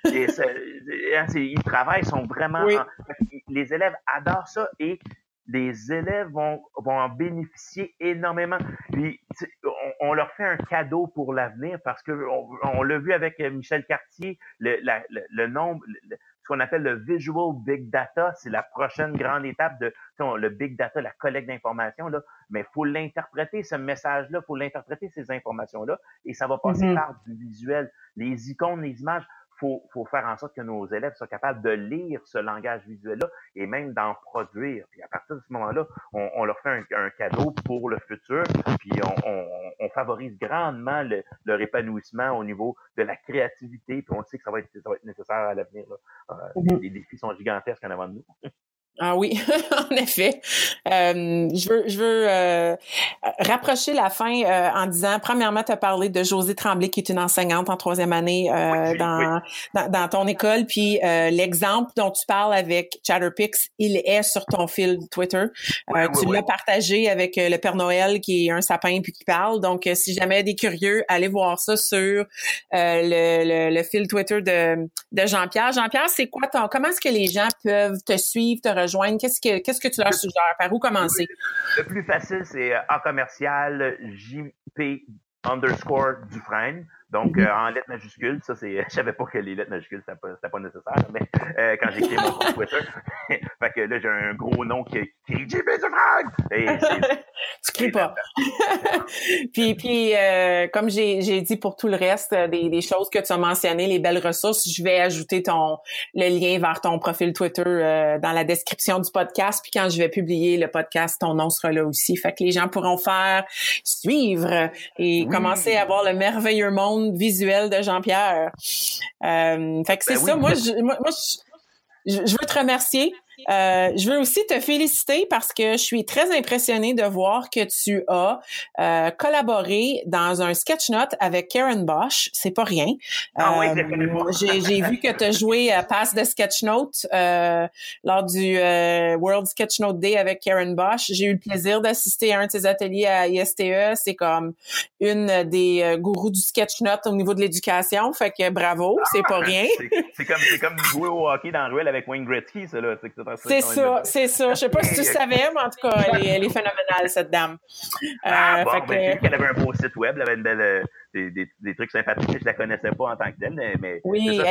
Ils travaillent, sont vraiment... Les élèves adorent ça et les élèves vont en bénéficier énormément. Puis, on leur fait un cadeau pour l'avenir parce que on l'a vu avec Michel Cartier, le nombre, ce qu'on appelle le visual big data, c'est la prochaine grande étape de le big data, la collecte d'informations là. Mais faut l'interpréter ce message-là, faut l'interpréter ces informations-là, et ça va passer par du visuel, les icônes, les images. Faut faire en sorte que nos élèves soient capables de lire ce langage visuel-là et même d'en produire. Puis à partir de ce moment-là, on leur fait un cadeau pour le futur, puis on favorise grandement leur épanouissement au niveau de la créativité, puis on sait que ça va être nécessaire à l'avenir. Les défis sont gigantesques en avant de nous. Ah oui, en effet. Je veux rapprocher la fin en disant, premièrement, tu as parlé de Josée Tremblay, qui est une enseignante en 3e année dans ton école, puis l'exemple dont tu parles avec Chatterpix, il est sur ton fil Twitter. Tu l'as partagé avec le Père Noël, qui est un sapin puis qui parle. Donc, si jamais des curieux, allez voir ça sur le fil Twitter de Jean-Pierre. Jean-Pierre, c'est quoi comment est-ce que les gens peuvent te suivre, te rejoindre? Qu'est-ce que tu leur suggères? Par où commencer? Le plus facile, c'est A-commercial JP_Dufresne. Donc, en lettres majuscules, ça, je savais pas que les lettres majuscules, c'était pas nécessaire, mais quand j'ai créé mon compte Twitter, fait que là, j'ai un gros nom qui est JP Dufresne! Et tu cries pas. puis comme j'ai dit pour tout le reste, des choses que tu as mentionnées, les belles ressources, je vais ajouter le lien vers ton profil Twitter dans la description du podcast, puis quand je vais publier le podcast, ton nom sera là aussi. Fait que les gens pourront suivre et commencer à voir le merveilleux monde visuel de Jean-Pierre. Fait que c'est ça. Moi, je veux te remercier. Je veux aussi te féliciter parce que je suis très impressionnée de voir que tu as collaboré dans un sketch note avec Karen Bosch. C'est pas rien. J'ai vu que tu as joué à Pass the Sketch Note lors du World Sketch Note Day avec Karen Bosch. J'ai eu le plaisir d'assister à un de tes ateliers à ISTE. C'est comme une des gourous du sketch note au niveau de l'éducation. Fait que bravo, c'est pas rien. C'est comme jouer au hockey dans la ruelle avec Wayne Gretzky, ça là. C'est ça. Je sais pas si tu savais, mais en tout cas, elle est phénoménale, cette dame. J'ai vu qu'elle avait un beau site web, elle avait une belle, des trucs sympathiques. Je la connaissais pas en tant que telle, mais oui,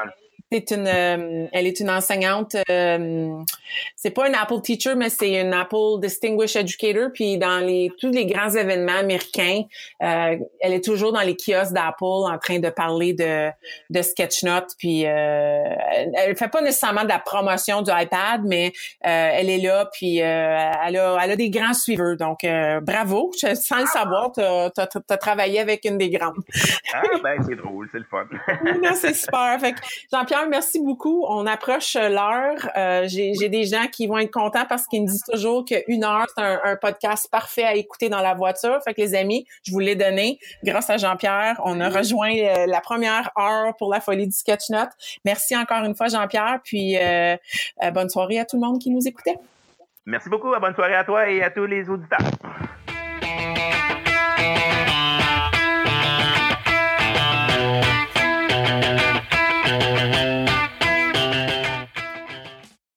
elle est une enseignante. C'est pas une Apple Teacher, mais c'est une Apple Distinguished Educator. Puis dans tous les grands événements américains, elle est toujours dans les kiosques d'Apple en train de parler de Sketchnote. Puis elle fait pas nécessairement de la promotion du iPad, mais elle est là. Puis elle a des grands suiveurs. Donc bravo. Sans le savoir, t'as travaillé avec une des grandes. C'est drôle, c'est le fun. Non, c'est super. Fait que Jean-Pierre, merci beaucoup. On approche l'heure. J'ai des gens qui vont être contents parce qu'ils me disent toujours qu'une heure, c'est un podcast parfait à écouter dans la voiture. Fait que les amis, je vous l'ai donné. Grâce à Jean-Pierre, on a rejoint la première heure pour la folie du sketch note. Merci encore une fois, Jean-Pierre. Puis bonne soirée à tout le monde qui nous écoutait. Merci beaucoup. Bonne soirée à toi et à tous les auditeurs.